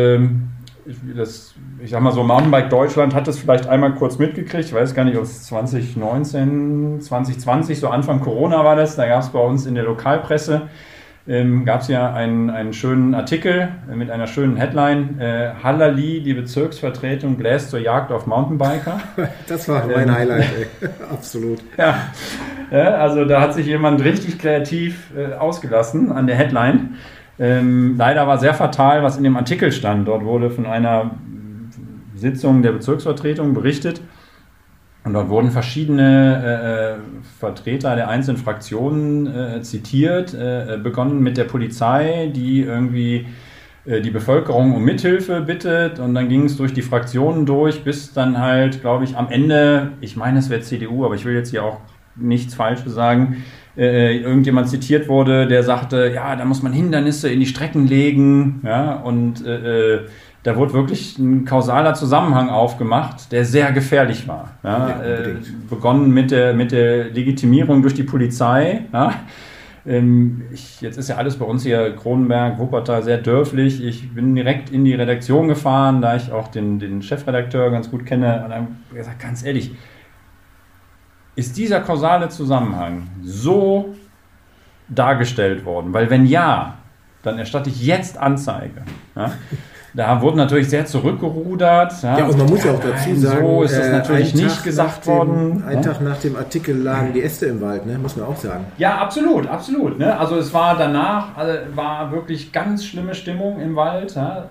ich sag mal so, Mountainbike Deutschland hat das vielleicht einmal kurz mitgekriegt. Ich weiß gar nicht, ob es 2019, 2020, so Anfang Corona war das. Da gab es bei uns in der Lokalpresse, gab es ja einen schönen Artikel mit einer schönen Headline. Hallali, die Bezirksvertretung bläst zur Jagd auf Mountainbiker. Das war mein Highlight, ey. Absolut. Ja, also da hat sich jemand richtig kreativ ausgelassen an der Headline. Leider war sehr fatal, was in dem Artikel stand. Dort wurde von einer Sitzung der Bezirksvertretung berichtet und dort wurden verschiedene Vertreter der einzelnen Fraktionen zitiert, begonnen mit der Polizei, die irgendwie die Bevölkerung um Mithilfe bittet, und dann ging es durch die Fraktionen durch, bis dann halt, glaube ich, am Ende, ich meine, es wäre CDU, aber ich will jetzt hier auch nichts Falsches sagen, irgendjemand zitiert wurde, der sagte, ja, da muss man Hindernisse in die Strecken legen, ja, und da wurde wirklich ein kausaler Zusammenhang aufgemacht, der sehr gefährlich war. Ja, begonnen mit der Legitimierung durch die Polizei. Ja. Jetzt ist ja alles bei uns hier Kronenberg, Wuppertal sehr dörflich. Ich bin direkt in die Redaktion gefahren, da ich auch den Chefredakteur ganz gut kenne, und habe gesagt, ganz ehrlich, ist dieser kausale Zusammenhang so dargestellt worden? Weil wenn ja, dann erstatte ich jetzt Anzeige. Ja? Da wurde natürlich sehr zurückgerudert. Ja, und man muss ja auch dazu sagen, so ist das natürlich nicht gesagt worden. Einen Tag nach dem Artikel lagen die Äste im Wald, ne? Muss man auch sagen. Ja, absolut, absolut. Ne? Also es war danach, war wirklich ganz schlimme Stimmung im Wald. Ja?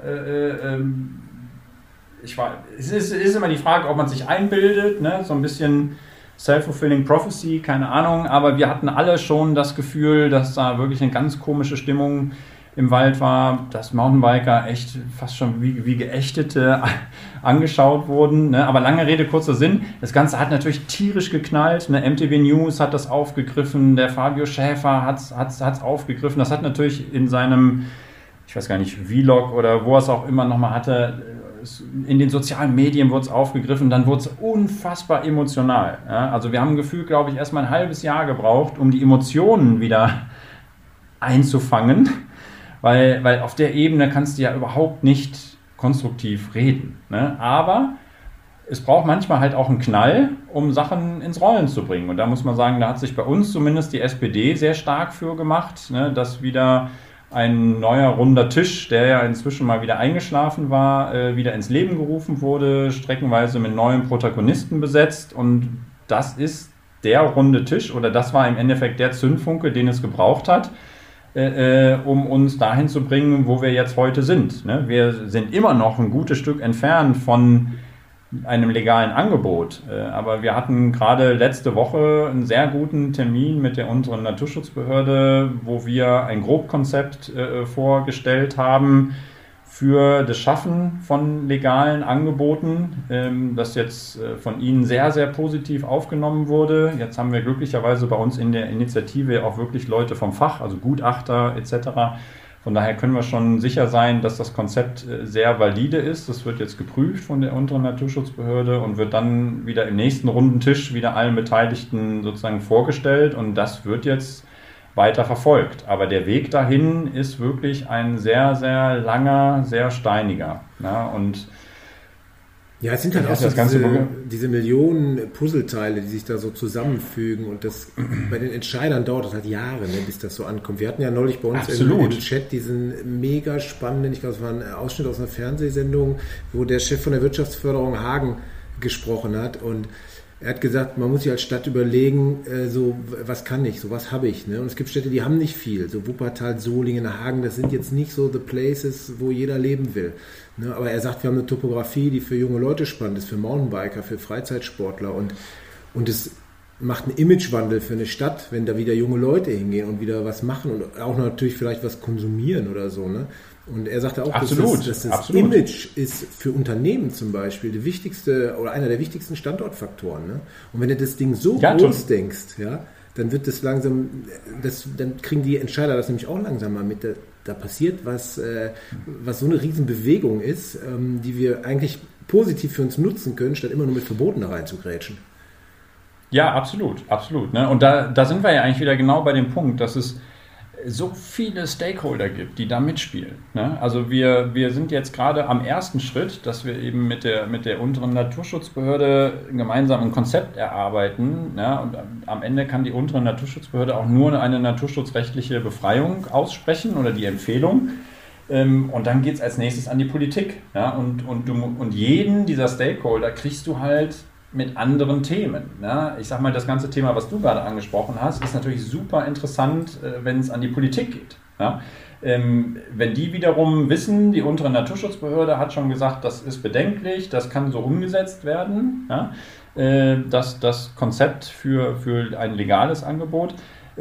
Es ist immer die Frage, ob man sich einbildet, ne? So ein bisschen Self-fulfilling Prophecy, keine Ahnung, aber wir hatten alle schon das Gefühl, dass da wirklich eine ganz komische Stimmung im Wald war, dass Mountainbiker echt fast schon wie Geächtete angeschaut wurden. Ne? Aber lange Rede, kurzer Sinn, das Ganze hat natürlich tierisch geknallt. Ne? MTV News hat das aufgegriffen, der Fabio Schäfer hat's aufgegriffen. Das hat natürlich in seinem, ich weiß gar nicht, Vlog oder wo er es auch immer nochmal hatte, in den sozialen Medien wurde es aufgegriffen, dann wurde es unfassbar emotional. Ja? Also wir haben ein Gefühl, glaube ich, erstmal ein halbes Jahr gebraucht, um die Emotionen wieder einzufangen, weil auf der Ebene kannst du ja überhaupt nicht konstruktiv reden. Ne? Aber es braucht manchmal halt auch einen Knall, um Sachen ins Rollen zu bringen. Und da muss man sagen, da hat sich bei uns zumindest die SPD sehr stark für gemacht, ne? Dass wieder ein neuer runder Tisch, der ja inzwischen mal wieder eingeschlafen war, wieder ins Leben gerufen wurde, streckenweise mit neuen Protagonisten besetzt. Und das ist der runde Tisch, oder das war im Endeffekt der Zündfunke, den es gebraucht hat, um uns dahin zu bringen, wo wir jetzt heute sind. Ne? Wir sind immer noch ein gutes Stück entfernt von einem legalen Angebot. Aber wir hatten gerade letzte Woche einen sehr guten Termin mit der unteren Naturschutzbehörde, wo wir ein Grobkonzept vorgestellt haben für das Schaffen von legalen Angeboten, das jetzt von Ihnen sehr, sehr positiv aufgenommen wurde. Jetzt haben wir glücklicherweise bei uns in der Initiative auch wirklich Leute vom Fach, also Gutachter etc. Von daher können wir schon sicher sein, dass das Konzept sehr valide ist. Das wird jetzt geprüft von der unteren Naturschutzbehörde und wird dann wieder im nächsten runden Tisch wieder allen Beteiligten sozusagen vorgestellt. Und das wird jetzt weiter verfolgt. Aber der Weg dahin ist wirklich ein sehr, sehr langer, sehr steiniger. Ja, und ja, es sind halt auch so diese Millionen Puzzleteile, die sich da so zusammenfügen, und das bei den Entscheidern dauert das halt Jahre, ne, bis das so ankommt. Wir hatten ja neulich bei uns im Chat diesen mega spannenden, ich glaube, es war ein Ausschnitt aus einer Fernsehsendung, wo der Chef von der Wirtschaftsförderung Hagen gesprochen hat, und er hat gesagt, man muss sich als Stadt überlegen, so was kann ich, so was habe ich. Ne? Und es gibt Städte, die haben nicht viel. So Wuppertal, Solingen, Hagen, das sind jetzt nicht so the places, wo jeder leben will. Ne? Aber er sagt, wir haben eine Topografie, die für junge Leute spannend ist, für Mountainbiker, für Freizeitsportler. Und es macht einen Imagewandel für eine Stadt, wenn da wieder junge Leute hingehen und wieder was machen und auch natürlich vielleicht was konsumieren oder so. Ne? Und er sagte auch, dass das Image ist für Unternehmen zum Beispiel die wichtigste oder einer der wichtigsten Standortfaktoren. Ne? Und wenn du das Ding so groß denkst, ja, dann wird das langsam, dann kriegen die Entscheider das nämlich auch langsam mal mit. Da passiert was so eine Riesenbewegung ist, die wir eigentlich positiv für uns nutzen können, statt immer nur mit Verboten da reinzugrätschen. Ja, absolut. Ne? Und da sind wir ja eigentlich wieder genau bei dem Punkt, dass es so viele Stakeholder gibt, die da mitspielen. Ne? Also wir sind jetzt gerade am ersten Schritt, dass wir eben mit der unteren Naturschutzbehörde gemeinsam ein Konzept erarbeiten. Ne? Und am Ende kann die untere Naturschutzbehörde auch nur eine naturschutzrechtliche Befreiung aussprechen oder die Empfehlung. Und dann geht es als nächstes an die Politik. Ja? Und jeden dieser Stakeholder kriegst du halt mit anderen Themen. Ne? Ich sag mal, das ganze Thema, was du gerade angesprochen hast, ist natürlich super interessant, wenn es an die Politik geht. Ja? Wenn die wiederum wissen, die untere Naturschutzbehörde hat schon gesagt, das ist bedenklich, das kann so umgesetzt werden, ja? Das Konzept für ein legales Angebot,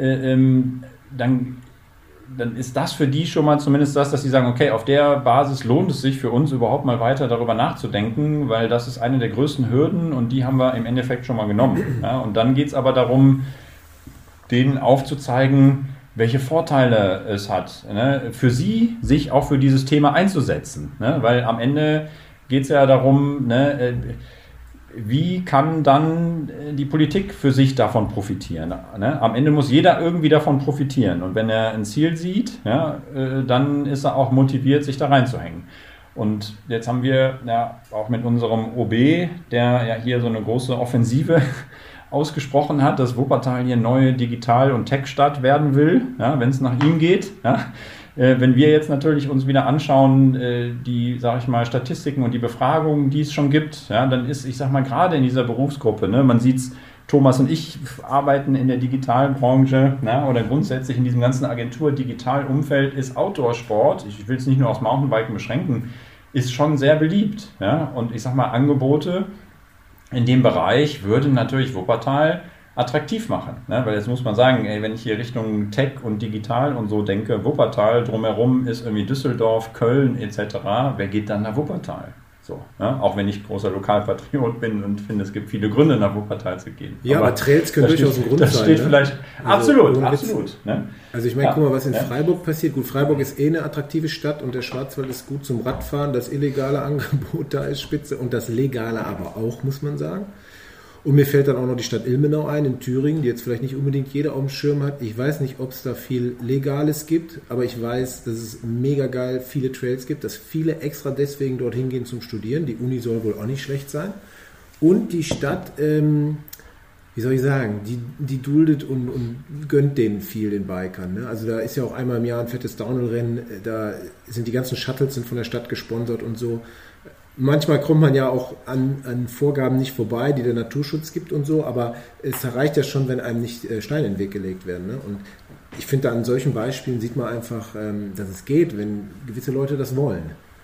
dann ist das für die schon mal zumindest das, dass sie sagen, okay, auf der Basis lohnt es sich für uns überhaupt mal weiter darüber nachzudenken, weil das ist eine der größten Hürden und die haben wir im Endeffekt schon mal genommen. Ja, und dann geht es aber darum, denen aufzuzeigen, welche Vorteile es hat, ne, für sie, sich auch für dieses Thema einzusetzen. Ne, weil am Ende geht es ja darum, ne, wie kann dann die Politik für sich davon profitieren? Ne? Am Ende muss jeder irgendwie davon profitieren. Und wenn er ein Ziel sieht, ja, dann ist er auch motiviert, sich da reinzuhängen. Und jetzt haben wir ja auch mit unserem OB, der ja hier so eine große Offensive ausgesprochen hat, dass Wuppertal hier neue Digital- und Tech-Stadt werden will, ja, wenn es nach ihm geht. Ja. Wenn wir jetzt natürlich uns wieder anschauen, die, sage ich mal, Statistiken und die Befragungen, die es schon gibt, ja, dann ist, ich sage mal, gerade in dieser Berufsgruppe, ne, man sieht es, Thomas und ich arbeiten in der digitalen Branche, ne, oder grundsätzlich in diesem ganzen Agentur-Digital-Umfeld ist Outdoor-Sport, ich will es nicht nur aufs Mountainbiken beschränken, ist schon sehr beliebt. Ja, und ich sage mal, Angebote in dem Bereich würden natürlich Wuppertal attraktiv machen. Ne? Weil jetzt muss man sagen, ey, wenn ich hier Richtung Tech und Digital und so denke, Wuppertal, drumherum ist irgendwie Düsseldorf, Köln etc., wer geht dann nach Wuppertal? So, ja? Auch wenn ich großer Lokalpatriot bin und finde, es gibt viele Gründe, nach Wuppertal zu gehen. Ja, aber Trails können durchaus ein Grund sein. Das steht vielleicht, absolut. Ne? Also ich meine, guck mal, was in Freiburg passiert. Gut, Freiburg ist eine attraktive Stadt und der Schwarzwald ist gut zum Radfahren. Das illegale Angebot da ist spitze und das legale aber auch, muss man sagen. Und mir fällt dann auch noch die Stadt Ilmenau ein, in Thüringen, die jetzt vielleicht nicht unbedingt jeder auf dem Schirm hat. Ich weiß nicht, ob es da viel Legales gibt, aber ich weiß, dass es mega geil viele Trails gibt, dass viele extra deswegen dorthin gehen zum Studieren. Die Uni soll wohl auch nicht schlecht sein. Und die Stadt, wie soll ich sagen, die duldet und gönnt denen viel, den Bikern. Ne? Also da ist ja auch einmal im Jahr ein fettes Downhill-Rennen, da sind die ganzen Shuttles sind von der Stadt gesponsert und so. Manchmal kommt man ja auch an Vorgaben nicht vorbei, die der Naturschutz gibt und so, aber es reicht ja schon, wenn einem nicht Steine in den Weg gelegt werden. Ne? Und ich finde, an solchen Beispielen sieht man einfach, dass es geht, wenn gewisse Leute das wollen.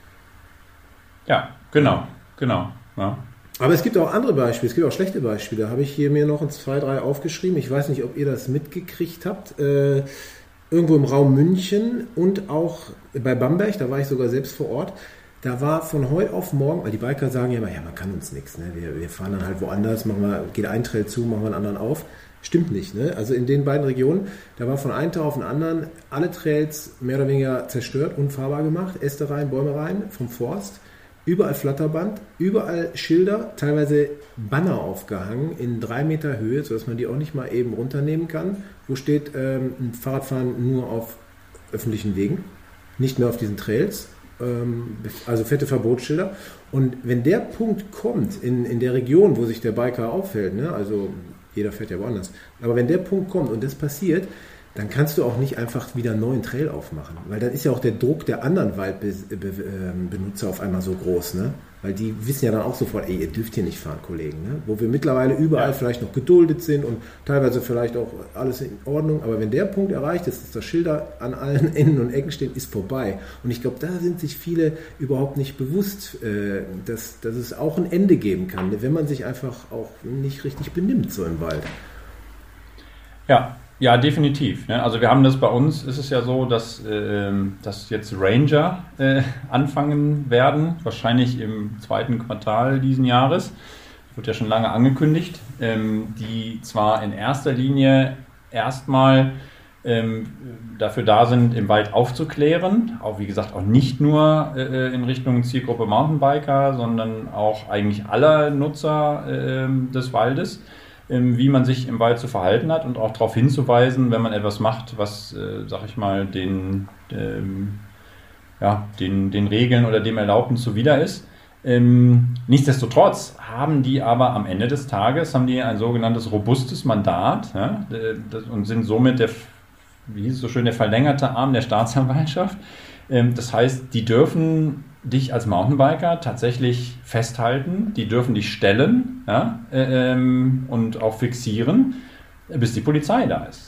Ja, genau. Ja. Aber es gibt auch andere Beispiele, es gibt auch schlechte Beispiele. Da habe ich hier mir noch 2, 3 aufgeschrieben. Ich weiß nicht, ob ihr das mitgekriegt habt. Irgendwo im Raum München und auch bei Bamberg, da war ich sogar selbst vor Ort. Da war von heute auf morgen, weil die Biker sagen ja immer, ja, man kann uns nichts, ne? Wir fahren dann halt woanders, geht ein Trail zu, machen wir einen anderen auf. Stimmt nicht, ne? Also in den beiden Regionen, da war von einem Tag auf den anderen alle Trails mehr oder weniger zerstört, unfahrbar gemacht, Äste rein, Bäume rein, vom Forst, überall Flatterband, überall Schilder, teilweise Banner aufgehangen in 3 Meter Höhe, sodass man die auch nicht mal eben runternehmen kann, wo steht, ein Fahrradfahren nur auf öffentlichen Wegen, nicht mehr auf diesen Trails. Also fette Verbotsschilder. Und wenn der Punkt kommt in der Region, wo sich der Biker aufhält, ne, also jeder fährt ja woanders, aber wenn der Punkt kommt und das passiert, dann kannst du auch nicht einfach wieder einen neuen Trail aufmachen, weil dann ist ja auch der Druck der anderen Waldbenutzer auf einmal so groß, ne? Weil die wissen ja dann auch sofort, ey, ihr dürft hier nicht fahren, Kollegen, ne? Wo wir mittlerweile überall vielleicht noch geduldet sind und teilweise vielleicht auch alles in Ordnung, aber wenn der Punkt erreicht ist, dass da Schilder an allen Enden und Ecken stehen, ist vorbei. Und ich glaube, da sind sich viele überhaupt nicht bewusst, dass es auch ein Ende geben kann, wenn man sich einfach auch nicht richtig benimmt so im Wald. Ja, definitiv. Also wir haben das bei uns, ist es ja so, dass jetzt Ranger anfangen werden, wahrscheinlich im 2. Quartal diesen Jahres. Das wird ja schon lange angekündigt, die zwar in erster Linie erstmal dafür da sind, im Wald aufzuklären, auch wie gesagt auch nicht nur in Richtung Zielgruppe Mountainbiker, sondern auch eigentlich aller Nutzer des Waldes, wie man sich im Wald zu verhalten hat und auch darauf hinzuweisen, wenn man etwas macht, was, sag ich mal, den Regeln oder dem Erlaubten zuwider ist. Nichtsdestotrotz haben die aber am Ende des Tages ein sogenanntes robustes Mandat, ja, und sind somit wie hieß es so schön, der verlängerte Arm der Staatsanwaltschaft. Das heißt, die dürfen dich als Mountainbiker tatsächlich festhalten, die dürfen dich stellen, ja, und auch fixieren, bis die Polizei da ist.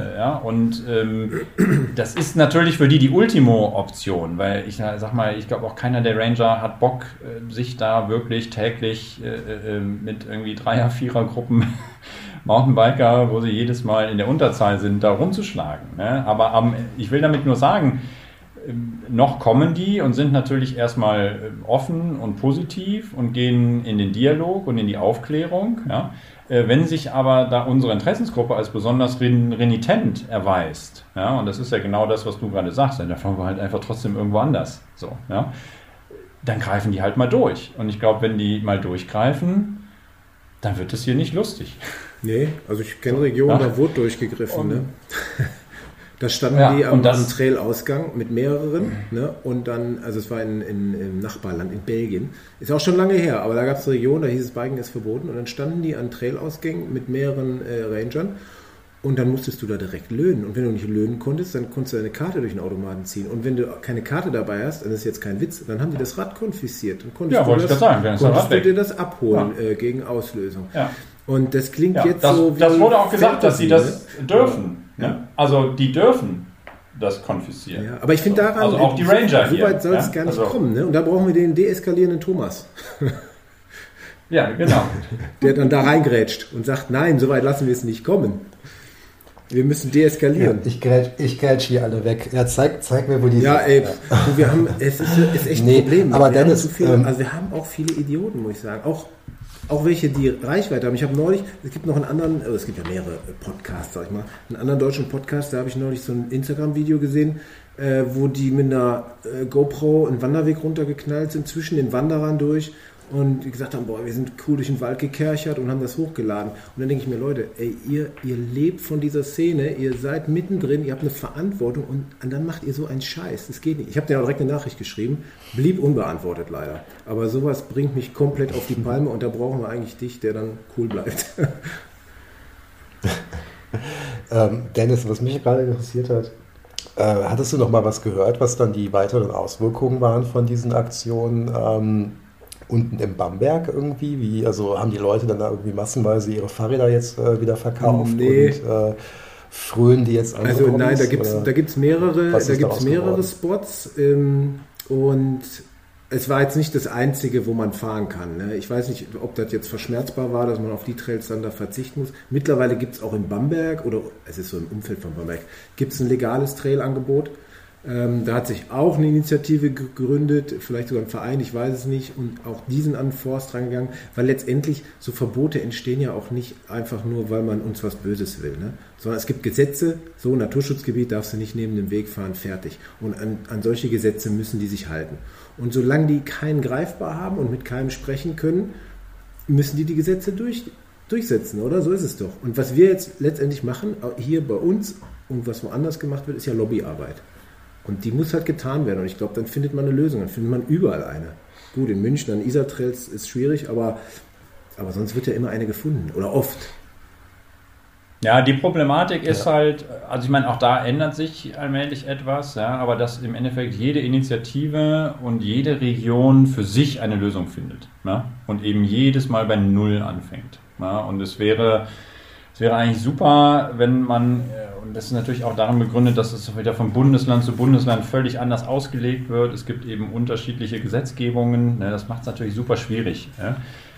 Das ist natürlich für die Ultimo-Option, weil ich sag mal, ich glaube auch keiner der Ranger hat Bock, sich da wirklich täglich mit irgendwie 3er-, 4er-Gruppen Mountainbiker, wo sie jedes Mal in der Unterzahl sind, da rumzuschlagen. Ne? Aber ich will damit nur sagen, noch kommen die und sind natürlich erstmal offen und positiv und gehen in den Dialog und in die Aufklärung. Ja? Wenn sich aber da unsere Interessensgruppe als besonders renitent erweist, ja, und das ist ja genau das, was du gerade sagst, dann fahren wir halt einfach trotzdem irgendwo anders. So, ja? Dann greifen die halt mal durch. Und ich glaube, wenn die mal durchgreifen, dann wird es hier nicht lustig. Nee, also ich kenne Regionen, da wurde durchgegriffen. Ne? Da standen die am Trailausgang mit mehreren, ne? Und dann, also es war im Nachbarland, in Belgien, ist auch schon lange her, aber da gab es eine Region, da hieß es, Biken ist verboten, und dann standen die an Trailausgängen mit mehreren Rangern und dann musstest du da direkt löhnen, und wenn du nicht löhnen konntest, dann konntest du eine Karte durch den Automaten ziehen, und wenn du keine Karte dabei hast, das ist jetzt kein Witz, dann haben die das Rad konfisziert, und konntest du dir das abholen gegen Auslösung. Ja. Und das klingt jetzt so wie... Das wurde auch gesagt, dass sie das dürfen. Ne? Also die dürfen das konfiszieren. Ja, aber ich finde daran... Also auch die Ranger so weit soll es gar nicht kommen. Ne? Und da brauchen wir den deeskalierenden Thomas. Ja, genau. Der dann da reingrätscht und sagt, nein, so weit lassen wir es nicht kommen. Wir müssen deeskalieren. Ja, ich grätsch hier alle weg. Ja, zeig mir, wo die sind. Ja, ey, du, wir haben, es ist echt ein Problem. Aber wir Dennis, also wir haben auch viele Idioten, muss ich sagen. Auch welche, die Reichweite haben. Ich habe neulich, es gibt noch einen anderen, es gibt ja mehrere Podcasts, sag ich mal, einen anderen deutschen Podcast, da habe ich neulich so ein Instagram-Video gesehen, wo die mit einer GoPro einen Wanderweg runtergeknallt sind, zwischen den Wanderern durch und die gesagt haben, boah, wir sind cool durch den Wald gekerchert und haben das hochgeladen. Und dann denke ich mir, Leute, ey, ihr lebt von dieser Szene, ihr seid mittendrin, ihr habt eine Verantwortung und dann macht ihr so einen Scheiß. Das geht nicht. Ich habe dir auch direkt eine Nachricht geschrieben, blieb unbeantwortet leider. Aber sowas bringt mich komplett auf die Palme und da brauchen wir eigentlich dich, der dann cool bleibt. Dennis, was mich gerade interessiert hat, hattest du noch mal was gehört, was dann die weiteren Auswirkungen waren von diesen Aktionen unten im Bamberg irgendwie? Also haben die Leute dann da irgendwie massenweise ihre Fahrräder jetzt wieder verkauft? Nee. Und frönen die jetzt an? Also nein, da gibt's mehrere Spots und es war jetzt nicht das einzige, wo man fahren kann. Ne? Ich weiß nicht, ob das jetzt verschmerzbar war, dass man auf die Trails dann da verzichten muss. Mittlerweile gibt es auch in Bamberg, oder es ist so im Umfeld von Bamberg, gibt es ein legales Trailangebot. Da hat sich auch eine Initiative gegründet, vielleicht sogar ein Verein, ich weiß es nicht, und auch diesen an den Forst rangegangen, weil letztendlich so Verbote entstehen ja auch nicht einfach nur, weil man uns was Böses will, ne? Sondern es gibt Gesetze, so Naturschutzgebiet darfst du nicht neben dem Weg fahren, fertig. Und an solche Gesetze müssen die sich halten. Und solange die keinen greifbar haben und mit keinem sprechen können, müssen die Gesetze durchsetzen, oder? So ist es doch. Und was wir jetzt letztendlich machen, hier bei uns und was woanders gemacht wird, ist ja Lobbyarbeit. Und die muss halt getan werden. Und ich glaube, dann findet man eine Lösung. Dann findet man überall eine. Gut, in München an Isar-Trails ist schwierig, aber sonst wird ja immer eine gefunden. Oder oft. Ja, die Problematik ist halt, also ich meine, auch da ändert sich allmählich etwas, ja, aber dass im Endeffekt jede Initiative und jede Region für sich eine Lösung findet, ja, und eben jedes Mal bei Null anfängt. Ja, und es wäre eigentlich super, wenn man, und das ist natürlich auch daran begründet, dass es wieder von Bundesland zu Bundesland völlig anders ausgelegt wird. Es gibt eben unterschiedliche Gesetzgebungen, ne, das macht es natürlich super schwierig. Ja.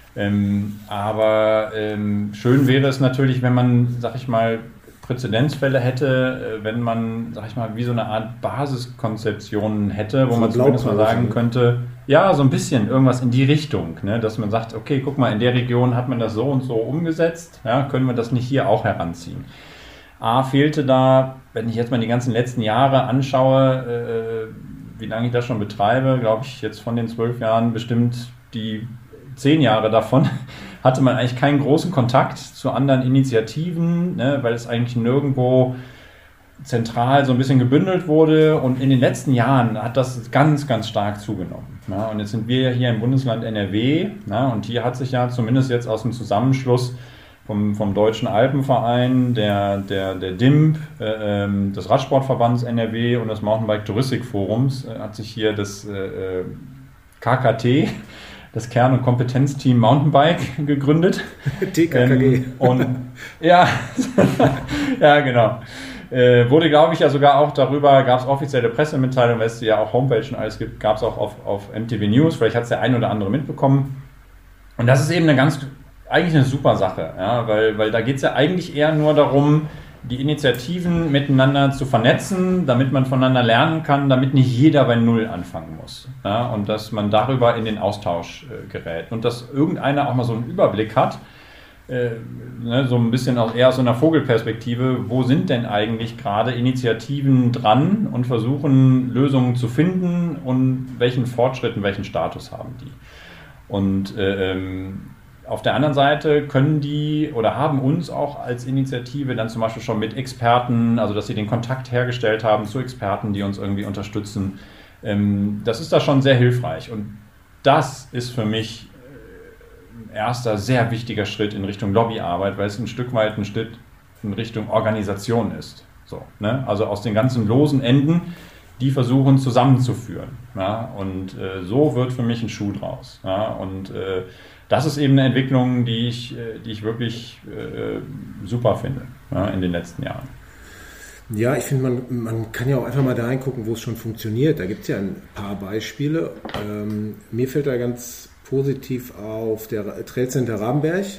Aber schön wäre es natürlich, wenn man, sag ich mal, Präzedenzfälle hätte, wenn man, sag ich mal, wie so eine Art Basiskonzeption hätte, wo man zumindest mal sagen könnte, ja, so ein bisschen irgendwas in die Richtung, ne, dass man sagt, okay, guck mal, in der Region hat man das so und so umgesetzt, ja, können wir das nicht hier auch heranziehen. Fehlte da, wenn ich jetzt mal die ganzen letzten Jahre anschaue, wie lange ich das schon betreibe, glaube ich, jetzt von den 12 Jahren bestimmt die 10 Jahre davon hatte man eigentlich keinen großen Kontakt zu anderen Initiativen, ne, weil es eigentlich nirgendwo zentral so ein bisschen gebündelt wurde, und in den letzten Jahren hat das ganz, ganz stark zugenommen. Ja, und jetzt sind wir ja hier im Bundesland NRW, ja, und hier hat sich ja zumindest jetzt aus dem Zusammenschluss vom Deutschen Alpenverein, der DIMP, des Radsportverbands NRW und des Mountainbike Touristikforums hat sich hier das KKT, das Kern- und Kompetenzteam Mountainbike, gegründet. TKKG. Und ja, ja, genau. Wurde, glaube ich, ja sogar auch darüber, gab es offizielle Pressemitteilungen, weil es ja auch Homepage und alles gibt, gab es auch auf MTV News, vielleicht hat es der ein oder andere mitbekommen. Und das ist eben eigentlich eine super Sache, ja, weil da geht es ja eigentlich eher nur darum, die Initiativen miteinander zu vernetzen, damit man voneinander lernen kann, damit nicht jeder bei Null anfangen muss. Ja, und dass man darüber in den Austausch gerät. Und dass irgendeiner auch mal so einen Überblick hat, ne, so ein bisschen eher aus so einer Vogelperspektive, wo sind denn eigentlich gerade Initiativen dran und versuchen Lösungen zu finden und welchen Fortschritten, welchen Status haben die. Und auf der anderen Seite können die oder haben uns auch als Initiative dann zum Beispiel schon mit Experten, also dass sie den Kontakt hergestellt haben zu Experten, die uns irgendwie unterstützen. Das ist da schon sehr hilfreich. Und das ist für mich ein erster sehr wichtiger Schritt in Richtung Lobbyarbeit, weil es ein Stück weit ein Schritt in Richtung Organisation ist. So, ne? Also aus den ganzen losen Enden, die versuchen zusammenzuführen. Ja? Und so wird für mich ein Schuh draus. Ja? Und das ist eben eine Entwicklung, die ich wirklich super finde, ja, in den letzten Jahren. Ja, ich finde, man kann ja auch einfach mal da reingucken, wo es schon funktioniert. Da gibt es ja ein paar Beispiele. Mir fällt da ganz positiv auf der Trailcenter Rabenberg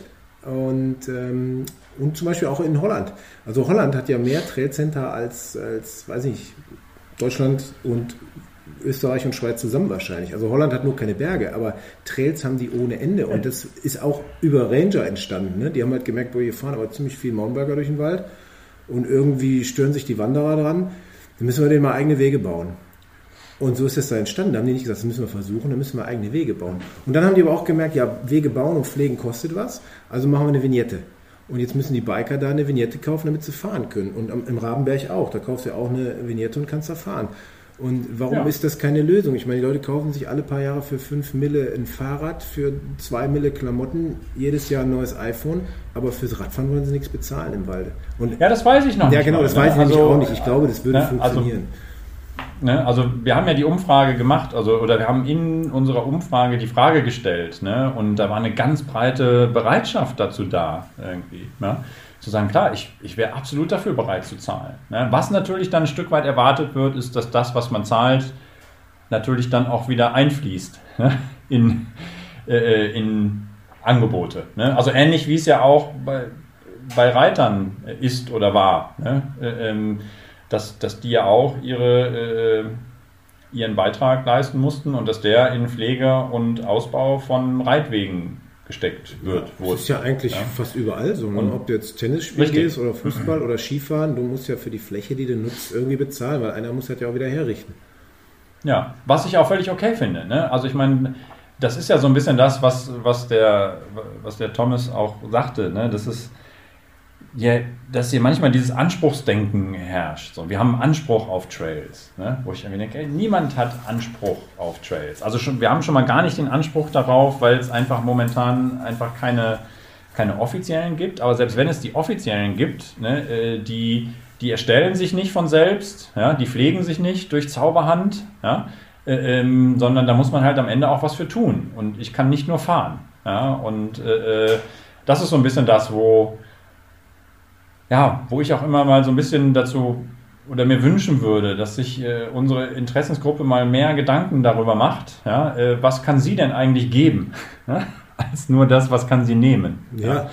Und zum Beispiel auch in Holland. Also Holland hat ja mehr Trailcenter als weiß ich, Deutschland und Österreich und Schweiz zusammen wahrscheinlich. Also Holland hat nur keine Berge, aber Trails haben die ohne Ende. Und das ist auch über Ranger entstanden. Ne? Die haben halt gemerkt, hier fahren aber ziemlich viel Mountainbiker durch den Wald und irgendwie stören sich die Wanderer dran. Dann müssen wir denen mal eigene Wege bauen. Und so ist das da entstanden. Da haben die nicht gesagt, das müssen wir versuchen, dann müssen wir eigene Wege bauen. Und dann haben die aber auch gemerkt, ja, Wege bauen und pflegen kostet was, also machen wir eine Vignette. Und jetzt müssen die Biker da eine Vignette kaufen, damit sie fahren können. Und im Rabenberg auch. Da kaufst du ja auch eine Vignette und kannst da fahren. Und warum ist das keine Lösung? Ich meine, die Leute kaufen sich alle paar Jahre für 5 Mille ein Fahrrad, für 2 Mille Klamotten, jedes Jahr ein neues iPhone, aber fürs Radfahren wollen sie nichts bezahlen im Walde. Und ja, das weiß ich noch nicht. Ja, genau, das weiß ich nämlich auch nicht. Ich glaube, das würde funktionieren. Also wir haben ja die Umfrage gemacht, oder wir haben in unserer Umfrage die Frage gestellt, ne? Und da war eine ganz breite Bereitschaft dazu da, irgendwie, ne? Zu sagen, klar, ich wäre absolut dafür bereit zu zahlen. Ne? Was natürlich dann ein Stück weit erwartet wird, ist, dass das, was man zahlt, natürlich dann auch wieder einfließt, ne? in Angebote. Ne? Also ähnlich wie es ja auch bei Reitern ist oder war. Ne? Dass die ja auch ihren Beitrag leisten mussten und dass der in Pflege und Ausbau von Reitwegen gesteckt wird. Ja, das ist ja eigentlich fast überall so. Ne? Ob du jetzt Tennis spielst oder Fußball oder Skifahren, du musst ja für die Fläche, die du nutzt, irgendwie bezahlen, weil einer muss das ja auch wieder herrichten. Ja, was ich auch völlig okay finde. Ne? Also ich meine, das ist ja so ein bisschen das, was der Thomas auch sagte. Ne? Das ist ja, dass hier manchmal dieses Anspruchsdenken herrscht. So, wir haben Anspruch auf Trails, ne? Wo ich irgendwie denke, niemand hat Anspruch auf Trails. Also wir haben schon mal gar nicht den Anspruch darauf, weil es einfach momentan einfach keine offiziellen gibt. Aber selbst wenn es die offiziellen gibt, ne, die erstellen sich nicht von selbst, ja, die pflegen sich nicht durch Zauberhand, ja, sondern da muss man halt am Ende auch was für tun. Und ich kann nicht nur fahren. Ja, und das ist so ein bisschen das, wo ich auch immer mal so ein bisschen dazu oder mir wünschen würde, dass sich unsere Interessensgruppe mal mehr Gedanken darüber macht, ja, was kann sie denn eigentlich geben, ja, als nur das, was kann sie nehmen. Ja.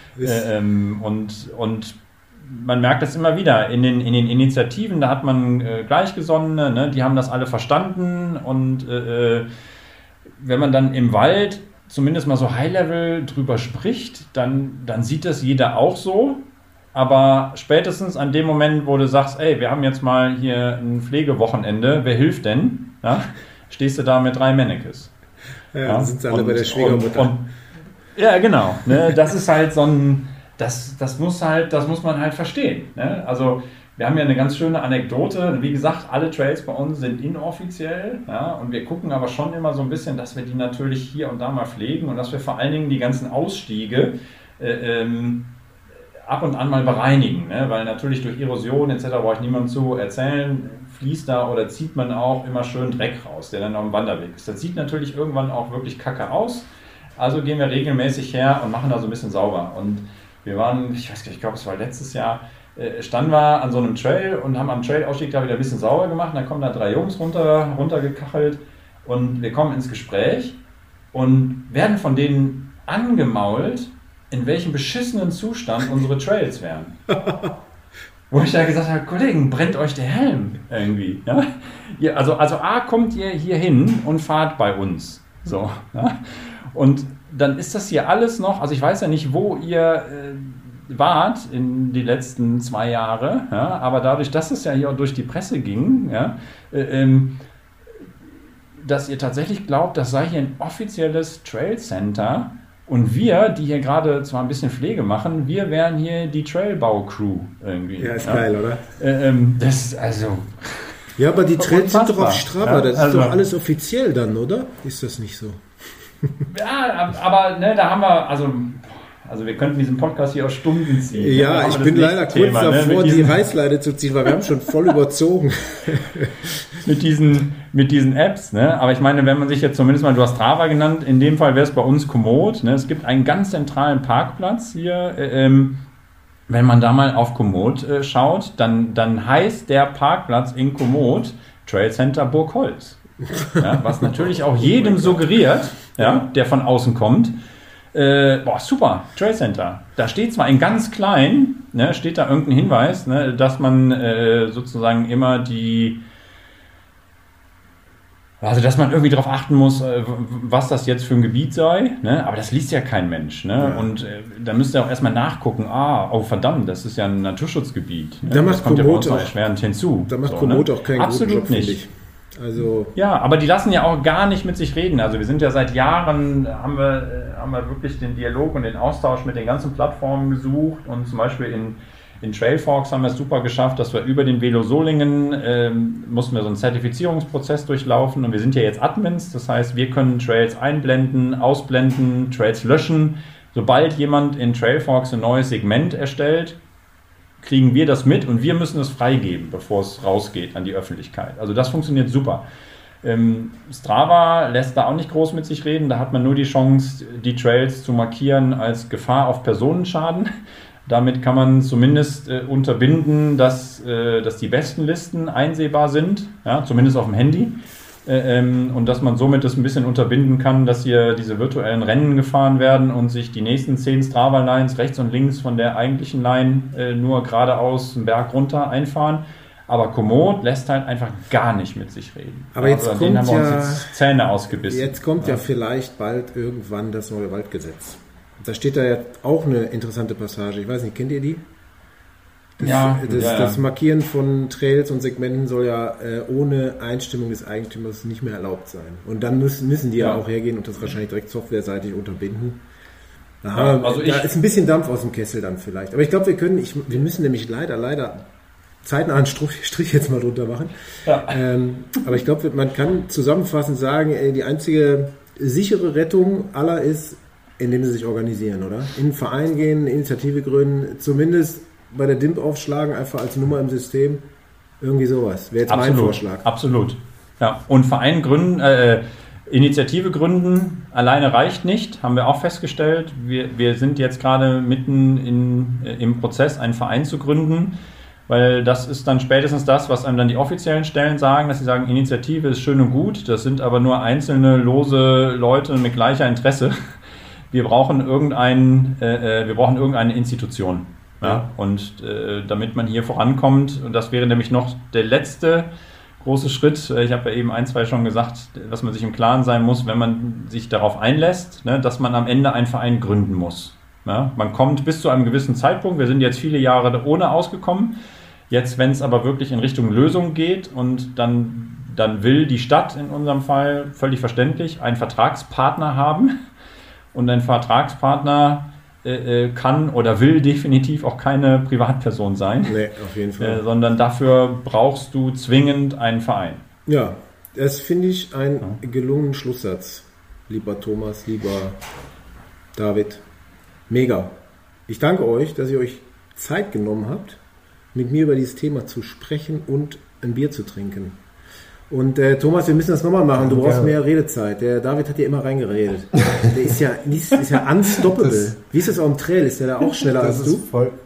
Und man merkt das immer wieder in den Initiativen, da hat man Gleichgesonnene, ne, die haben das alle verstanden und wenn man dann im Wald zumindest mal so High-Level drüber spricht, dann sieht das jeder auch so. Aber spätestens an dem Moment, wo du sagst, ey, wir haben jetzt mal hier ein Pflegewochenende, wer hilft denn? Ja, stehst du da mit 3 Mannekes. Ja, dann sind sie alle bei der Schwiegermutter. Ja, genau. Ne, das ist halt so ein, das muss man halt verstehen. Ne? Also wir haben ja eine ganz schöne Anekdote. Wie gesagt, alle Trails bei uns sind inoffiziell. Ja, und wir gucken aber schon immer so ein bisschen, dass wir die natürlich hier und da mal pflegen und dass wir vor allen Dingen die ganzen Ausstiege ab und an mal bereinigen, ne? Weil natürlich durch Erosion etc. brauche ich niemandem zu erzählen, fließt da oder zieht man auch immer schön Dreck raus, der dann auf dem Wanderweg ist. Das sieht natürlich irgendwann auch wirklich kacke aus, also gehen wir regelmäßig her und machen da so ein bisschen sauber. Und wir waren, ich glaube es war letztes Jahr, standen wir an so einem Trail und haben am Trailausstieg da wieder ein bisschen sauber gemacht und dann kommen da 3 Jungs runtergekachelt und wir kommen ins Gespräch und werden von denen angemault, in welchem beschissenen Zustand unsere Trails wären. Wo ich da gesagt habe, Kollegen, brennt euch der Helm irgendwie. Ja? Also A, kommt ihr hier hin und fahrt bei uns. So, ja? Und dann ist das hier alles noch, also ich weiß ja nicht, wo ihr wart in die letzten 2 Jahre, ja? Aber dadurch, dass es ja hier auch durch die Presse ging, ja, dass ihr tatsächlich glaubt, das sei hier ein offizielles Trail Center. Und wir, die hier gerade zwar ein bisschen Pflege machen, wir wären hier die Trailbau-Crew irgendwie. Ja, ist geil, oder? Das ist also... Ja, aber die Trails sind doch auf Strava, ja, das ist doch alles offiziell dann, oder? Ist das nicht so? Ja, aber ne, da haben wir, also wir könnten diesen Podcast hier auch Stunden ziehen. Ja, ich bin leider kurz davor, die Reißleine zu ziehen, weil wir haben schon voll überzogen. mit diesen Apps, ne? Aber ich meine, wenn man sich jetzt zumindest mal, du hast Strava genannt, in dem Fall wäre es bei uns Komoot, ne? Es gibt einen ganz zentralen Parkplatz hier, wenn man da mal auf Komoot schaut, dann heißt der Parkplatz in Komoot Trail Center Burgholz. Ja, was natürlich auch jedem suggeriert, ja, der von außen kommt, super, Trail Center. Da steht zwar in ganz klein, ne, steht da irgendein Hinweis, ne, dass man sozusagen immer dass man irgendwie darauf achten muss, was das jetzt für ein Gebiet sei, ne? Aber das liest ja kein Mensch. Ne? Ja. Und da müsst ihr auch erstmal nachgucken, verdammt, das ist ja ein Naturschutzgebiet. Ne? Da macht das kommt ja bei uns noch erschwerend hinzu. Da macht Komoot auch keinen Absolut guten Job, nicht. finde ich. Also ja, aber die lassen ja auch gar nicht mit sich reden. Also wir sind ja seit Jahren, haben wir wirklich den Dialog und den Austausch mit den ganzen Plattformen gesucht und zum Beispiel in Trailforks haben wir es super geschafft, dass wir über den Velo Solingen mussten wir so einen Zertifizierungsprozess durchlaufen und wir sind ja jetzt Admins, das heißt, wir können Trails einblenden, ausblenden, Trails löschen. Sobald jemand in Trailforks ein neues Segment erstellt, kriegen wir das mit und wir müssen es freigeben, bevor es rausgeht an die Öffentlichkeit. Also das funktioniert super. Strava lässt da auch nicht groß mit sich reden, da hat man nur die Chance, die Trails zu markieren als Gefahr auf Personenschaden. Damit kann man zumindest unterbinden, dass die besten Listen einsehbar sind, ja, zumindest auf dem Handy. Und dass man somit das ein bisschen unterbinden kann, dass hier diese virtuellen Rennen gefahren werden und sich die nächsten 10 Strava-Lines rechts und links von der eigentlichen Line nur geradeaus einen Berg runter einfahren. Aber Komoot lässt halt einfach gar nicht mit sich reden. Aber jetzt also, kommt haben wir uns jetzt Zähne ausgebissen. Jetzt kommt ja vielleicht bald irgendwann das neue Waldgesetz. Da steht da ja auch eine interessante Passage. Ich weiß nicht, kennt ihr die? Das Markieren von Trails und Segmenten soll ja ohne Einstimmung des Eigentümers nicht mehr erlaubt sein. Und dann müssen die ja auch hergehen und das wahrscheinlich direkt softwareseitig unterbinden. Da ist ein bisschen Dampf aus dem Kessel dann vielleicht. Aber ich glaube, wir müssen nämlich leider zeitnah einen Strich jetzt mal drunter machen. Ja. Aber ich glaube, man kann zusammenfassend sagen, die einzige sichere Rettung aller ist, indem sie sich organisieren, oder? In einen Verein gehen, eine Initiative gründen, zumindest bei der DIMP aufschlagen, einfach als Nummer im System. Irgendwie sowas. Wäre jetzt mein Vorschlag. Absolut. Ja. Und Verein gründen, Initiative gründen, alleine reicht nicht, haben wir auch festgestellt. Wir sind jetzt gerade mitten im Prozess, einen Verein zu gründen, weil das ist dann spätestens das, was einem dann die offiziellen Stellen sagen, dass sie sagen, Initiative ist schön und gut, das sind aber nur einzelne lose Leute mit gleicher Interesse. Wir brauchen irgendeine Institution. Ja? Und damit man hier vorankommt, und das wäre nämlich noch der letzte große Schritt, ich habe ja eben 2 schon gesagt, dass man sich im Klaren sein muss, wenn man sich darauf einlässt, ne, dass man am Ende einen Verein gründen muss. Ja? Man kommt bis zu einem gewissen Zeitpunkt, wir sind jetzt viele Jahre ohne ausgekommen, jetzt, wenn es aber wirklich in Richtung Lösung geht und dann will die Stadt in unserem Fall, völlig verständlich, einen Vertragspartner haben. Und ein Vertragspartner kann oder will definitiv auch keine Privatperson sein. Nee, auf jeden Fall. Sondern dafür brauchst du zwingend einen Verein. Ja, das finde ich einen gelungenen Schlusssatz. Lieber Thomas, lieber David. Mega. Ich danke euch, dass ihr euch Zeit genommen habt, mit mir über dieses Thema zu sprechen und ein Bier zu trinken. Und Thomas, wir müssen das nochmal machen. Du brauchst mehr Redezeit. Der David hat dir immer reingeredet. Der ist ja unstoppable. Wie ist das auf dem Trail? Ist der da auch schneller als du?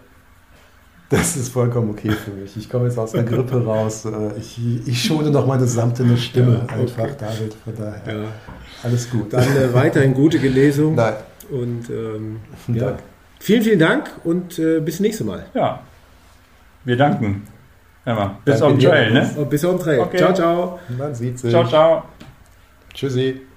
Das ist vollkommen okay für mich. Ich komme jetzt aus der Grippe raus. Ich schone noch meine samtene Stimme einfach, David. Von daher alles gut. Dann weiterhin gute Gelesung. Nein. Und vielen, vielen Dank und bis nächste Mal. Ja, wir danken. Bis auf den Trail, ne? Bis auf den Trail. Okay. Ciao, ciao. Man sieht sich. Ciao, ciao. Tschüssi.